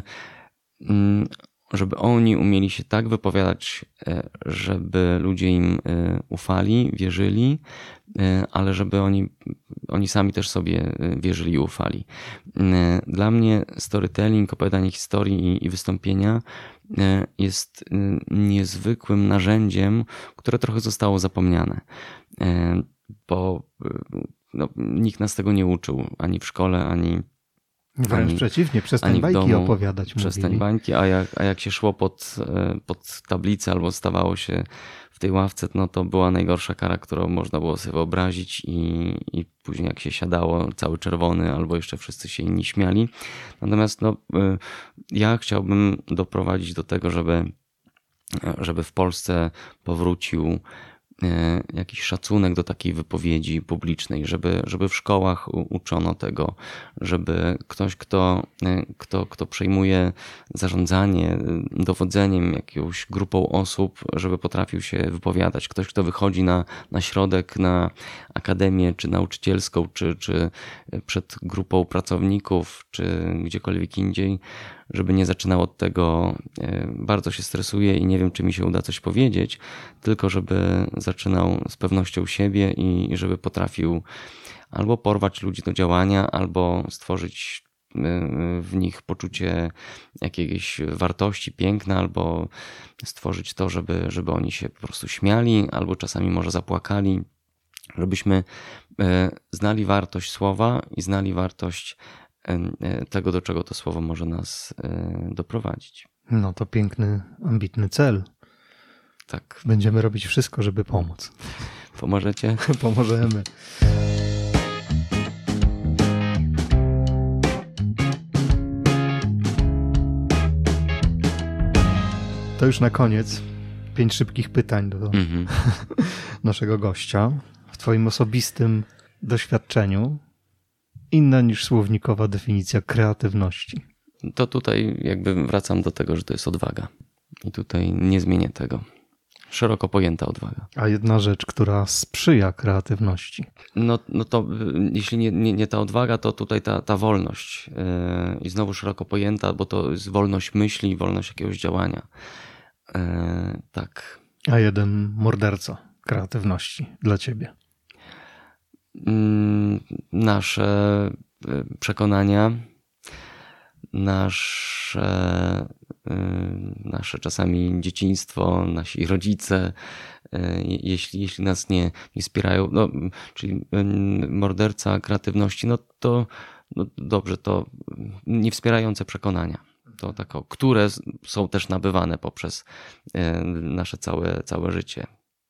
żeby oni umieli się tak wypowiadać, żeby ludzie im ufali, wierzyli, ale żeby oni, oni sami też sobie wierzyli i ufali. Dla mnie storytelling, opowiadanie historii i, i wystąpienia jest niezwykłym narzędziem, które trochę zostało zapomniane, bo no, nikt nas tego nie uczył, ani w szkole, ani Wręcz ani, przeciwnie, przestań bajki domu, opowiadać. Przestań mówili. bańki, a jak, a jak się szło pod, pod tablicę albo stawało się w tej ławce, no to była najgorsza kara, którą można było sobie wyobrazić i, i później jak się siadało cały czerwony albo jeszcze wszyscy się inni śmiali. Natomiast no, ja chciałbym doprowadzić do tego, żeby, żeby w Polsce powrócił jakiś szacunek do takiej wypowiedzi publicznej, żeby, żeby w szkołach uczono tego, żeby ktoś, kto, kto, kto przejmuje zarządzanie, dowodzeniem jakąś grupą osób, żeby potrafił się wypowiadać. Ktoś, kto wychodzi na, na środek, na akademię, czy nauczycielską, czy, czy przed grupą pracowników, czy gdziekolwiek indziej, żeby nie zaczynał od tego, bardzo się stresuję i nie wiem, czy mi się uda coś powiedzieć, tylko żeby zaczynał z pewnością siebie i żeby potrafił albo porwać ludzi do działania, albo stworzyć w nich poczucie jakiejś wartości, piękna, albo stworzyć to, żeby, żeby oni się po prostu śmiali, albo czasami może zapłakali, żebyśmy znali wartość słowa i znali wartość tego, do czego to słowo może nas doprowadzić. No to piękny, ambitny cel. Tak. Będziemy robić wszystko, żeby pomóc. Pomożecie? Pomożemy. To już na koniec pięć szybkich pytań do mm-hmm. naszego gościa. W twoim osobistym doświadczeniu inna niż słownikowa definicja kreatywności. To tutaj jakby wracam do tego, że to jest odwaga. I tutaj nie zmienię tego. Szeroko pojęta odwaga. A jedna rzecz, która sprzyja kreatywności? No, no to jeśli nie, nie, nie ta odwaga, to tutaj ta, ta wolność. Yy, I znowu szeroko pojęta, bo to jest wolność myśli, wolność jakiegoś działania. Yy, tak. A jeden morderca kreatywności dla ciebie? Nasze przekonania, nasze, nasze czasami dzieciństwo, nasi rodzice, jeśli, jeśli nas nie, nie wspierają, no, czyli morderca kreatywności, no to no dobrze, to niewspierające przekonania. To tak, które są też nabywane poprzez nasze całe, całe życie.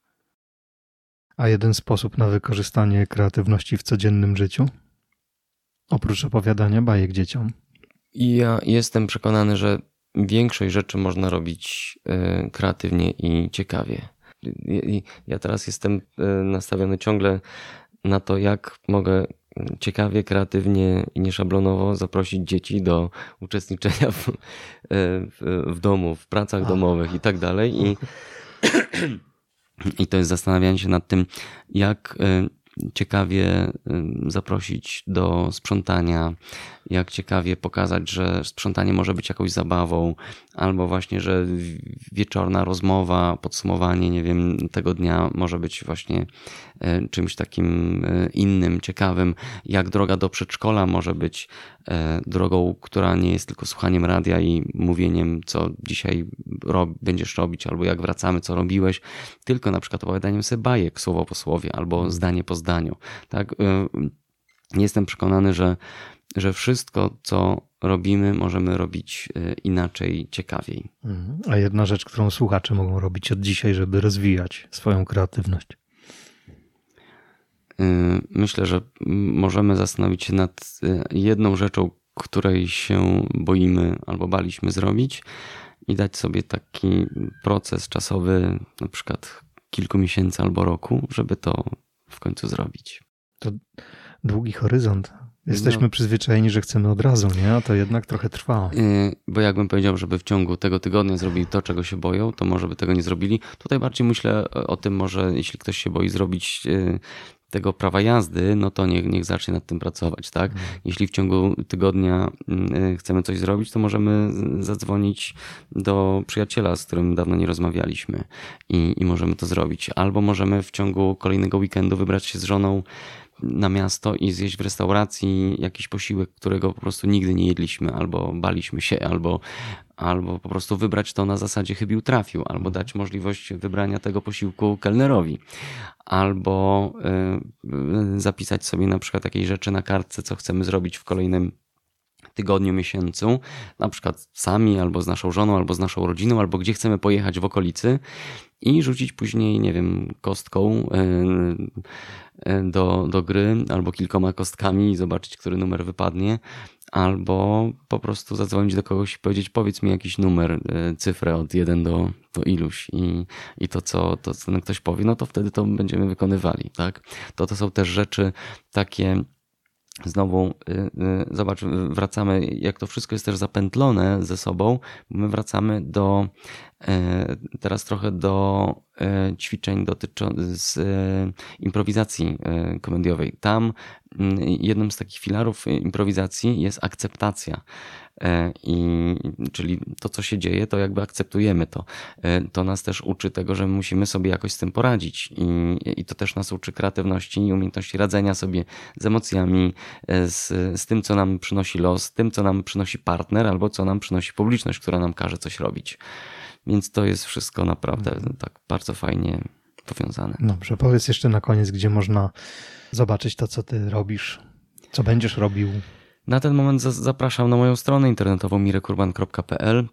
A jeden sposób na wykorzystanie kreatywności w codziennym życiu? Oprócz opowiadania bajek dzieciom. I ja jestem przekonany, że większość rzeczy można robić kreatywnie i ciekawie. I ja teraz jestem nastawiony ciągle na to, jak mogę ciekawie, kreatywnie i nieszablonowo zaprosić dzieci do uczestniczenia w, w, w domu, w pracach domowych i tak dalej. I, i to jest zastanawianie się nad tym, jak ciekawie zaprosić do sprzątania, jak ciekawie pokazać, że sprzątanie może być jakąś zabawą, albo właśnie, że wieczorna rozmowa, podsumowanie, nie wiem, tego dnia może być właśnie czymś takim innym, ciekawym, jak droga do przedszkola może być drogą, która nie jest tylko słuchaniem radia i mówieniem, co dzisiaj rob, będziesz robić, albo jak wracamy, co robiłeś, tylko na przykład opowiadaniem sobie bajek słowo po słowie, albo zdanie po zdaniu. Tak? Jestem przekonany, że, że wszystko, co robimy, możemy robić inaczej, ciekawiej. A jedna rzecz, którą słuchacze mogą robić od dzisiaj, żeby rozwijać swoją kreatywność? Myślę, że możemy zastanowić się nad jedną rzeczą, której się boimy albo baliśmy zrobić i dać sobie taki proces czasowy, na przykład kilku miesięcy albo roku, żeby to w końcu zrobić. To długi horyzont. Jesteśmy no, przyzwyczajeni, że chcemy od razu, nie? A to jednak trochę trwa. Yy, bo jakbym powiedział, żeby w ciągu tego tygodnia zrobili to, czego się boją, to może by tego nie zrobili. Tutaj bardziej myślę o tym, może jeśli ktoś się boi zrobić yy, tego prawa jazdy, no to niech, niech zacznie nad tym pracować, tak? Mhm. Jeśli w ciągu tygodnia yy, chcemy coś zrobić, to możemy zadzwonić do przyjaciela, z którym dawno nie rozmawialiśmy i, i możemy to zrobić. Albo możemy w ciągu kolejnego weekendu wybrać się z żoną na miasto i zjeść w restauracji jakiś posiłek, którego po prostu nigdy nie jedliśmy, albo baliśmy się, albo, albo po prostu wybrać to na zasadzie chybił trafił, albo dać możliwość wybrania tego posiłku kelnerowi, albo y, zapisać sobie na przykład jakieś rzeczy na kartce, co chcemy zrobić w kolejnym tygodniu, miesiącu, na przykład sami, albo z naszą żoną, albo z naszą rodziną, albo gdzie chcemy pojechać w okolicy i rzucić później, nie wiem, kostką do, do gry, albo kilkoma kostkami i zobaczyć, który numer wypadnie, albo po prostu zadzwonić do kogoś i powiedzieć, powiedz mi jakiś numer, cyfrę od jeden do, do iluś i, i to, co, to, co ktoś powie, no to wtedy to będziemy wykonywali, tak? To, to są też rzeczy takie. Znowu, zobacz, wracamy, jak to wszystko jest też zapętlone ze sobą, my wracamy do, teraz trochę do ćwiczeń dotyczących z improwizacji komediowej. Tam jednym z takich filarów improwizacji jest akceptacja. I, czyli to, co się dzieje, to jakby akceptujemy to. To nas też uczy tego, że musimy sobie jakoś z tym poradzić i, i to też nas uczy kreatywności i umiejętności radzenia sobie z emocjami, z, z tym, co nam przynosi los, z tym, co nam przynosi partner albo co nam przynosi publiczność, która nam każe coś robić. Więc to jest wszystko naprawdę tak bardzo fajnie powiązane. Dobrze, powiedz jeszcze na koniec, gdzie można zobaczyć to, co ty robisz, co będziesz robił. Na ten moment zapraszam na moją stronę internetową mirek urban kropka p l.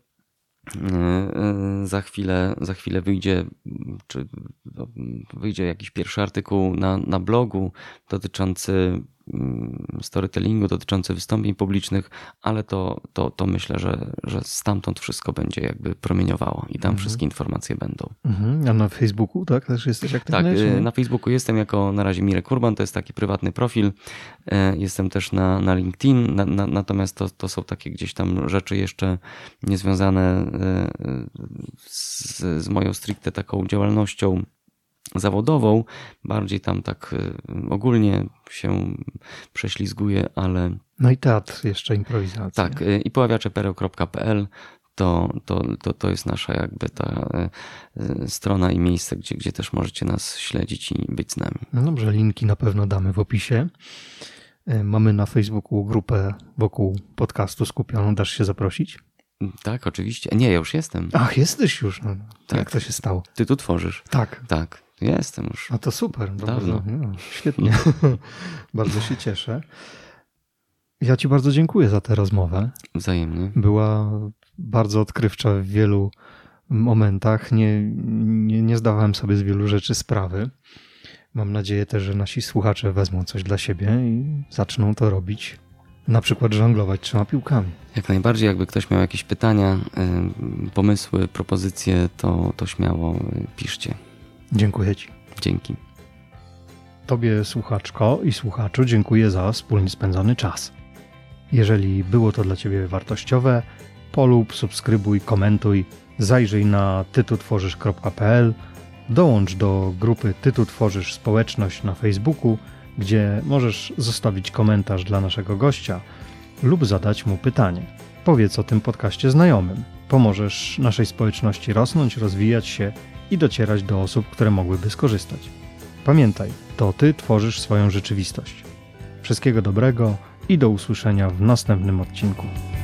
Za chwilę, za chwilę wyjdzie, czy wyjdzie jakiś pierwszy artykuł na, na blogu dotyczący storytellingu, dotyczący wystąpień publicznych, ale to, to, to myślę, że, że stamtąd wszystko będzie jakby promieniowało i tam mhm. wszystkie informacje będą. Mhm. A na Facebooku, tak? Też jesteś aktywny? Tak, na Facebooku jestem jako na razie Mirek Urban, to jest taki prywatny profil. Jestem też na, na LinkedIn, na, na, natomiast to, to są takie gdzieś tam rzeczy jeszcze niezwiązane z, z moją stricte taką działalnością zawodową, bardziej tam tak ogólnie się prześlizguje, ale... No i teatr jeszcze, improwizacja. Tak, i poławiacze pereł kropka p l to, to, to, to jest nasza jakby ta strona i miejsce, gdzie, gdzie też możecie nas śledzić i być z nami. No dobrze, linki na pewno damy w opisie. Mamy na Facebooku grupę wokół podcastu skupioną, dasz się zaprosić? Tak, oczywiście. Nie, ja już jestem. Ach, jesteś już. No, tak. Jak to się stało? Ty tu tworzysz. Tak. Tak, ja jestem już. A to super. Dawno. No, świetnie. Bardzo się cieszę. Ja ci bardzo dziękuję za tę rozmowę. Wzajemnie. Była bardzo odkrywcza w wielu momentach. Nie, nie, nie zdawałem sobie z wielu rzeczy sprawy. Mam nadzieję też, że nasi słuchacze wezmą coś dla siebie i zaczną to robić. Na przykład żonglować trzema piłkami. Jak najbardziej, jakby ktoś miał jakieś pytania, pomysły, propozycje, to, to śmiało piszcie. Dziękuję ci. Dzięki. Tobie, słuchaczko i słuchaczu, dziękuję za wspólnie spędzony czas. Jeżeli było to dla Ciebie wartościowe, polub, subskrybuj, komentuj, zajrzyj na tytutworzysz kropka p l, dołącz do grupy Ty tu tworzysz społeczność na Facebooku, gdzie możesz zostawić komentarz dla naszego gościa lub zadać mu pytanie. Powiedz o tym podcaście znajomym. Pomożesz naszej społeczności rosnąć, rozwijać się i docierać do osób, które mogłyby skorzystać. Pamiętaj, to Ty tworzysz swoją rzeczywistość. Wszystkiego dobrego i do usłyszenia w następnym odcinku.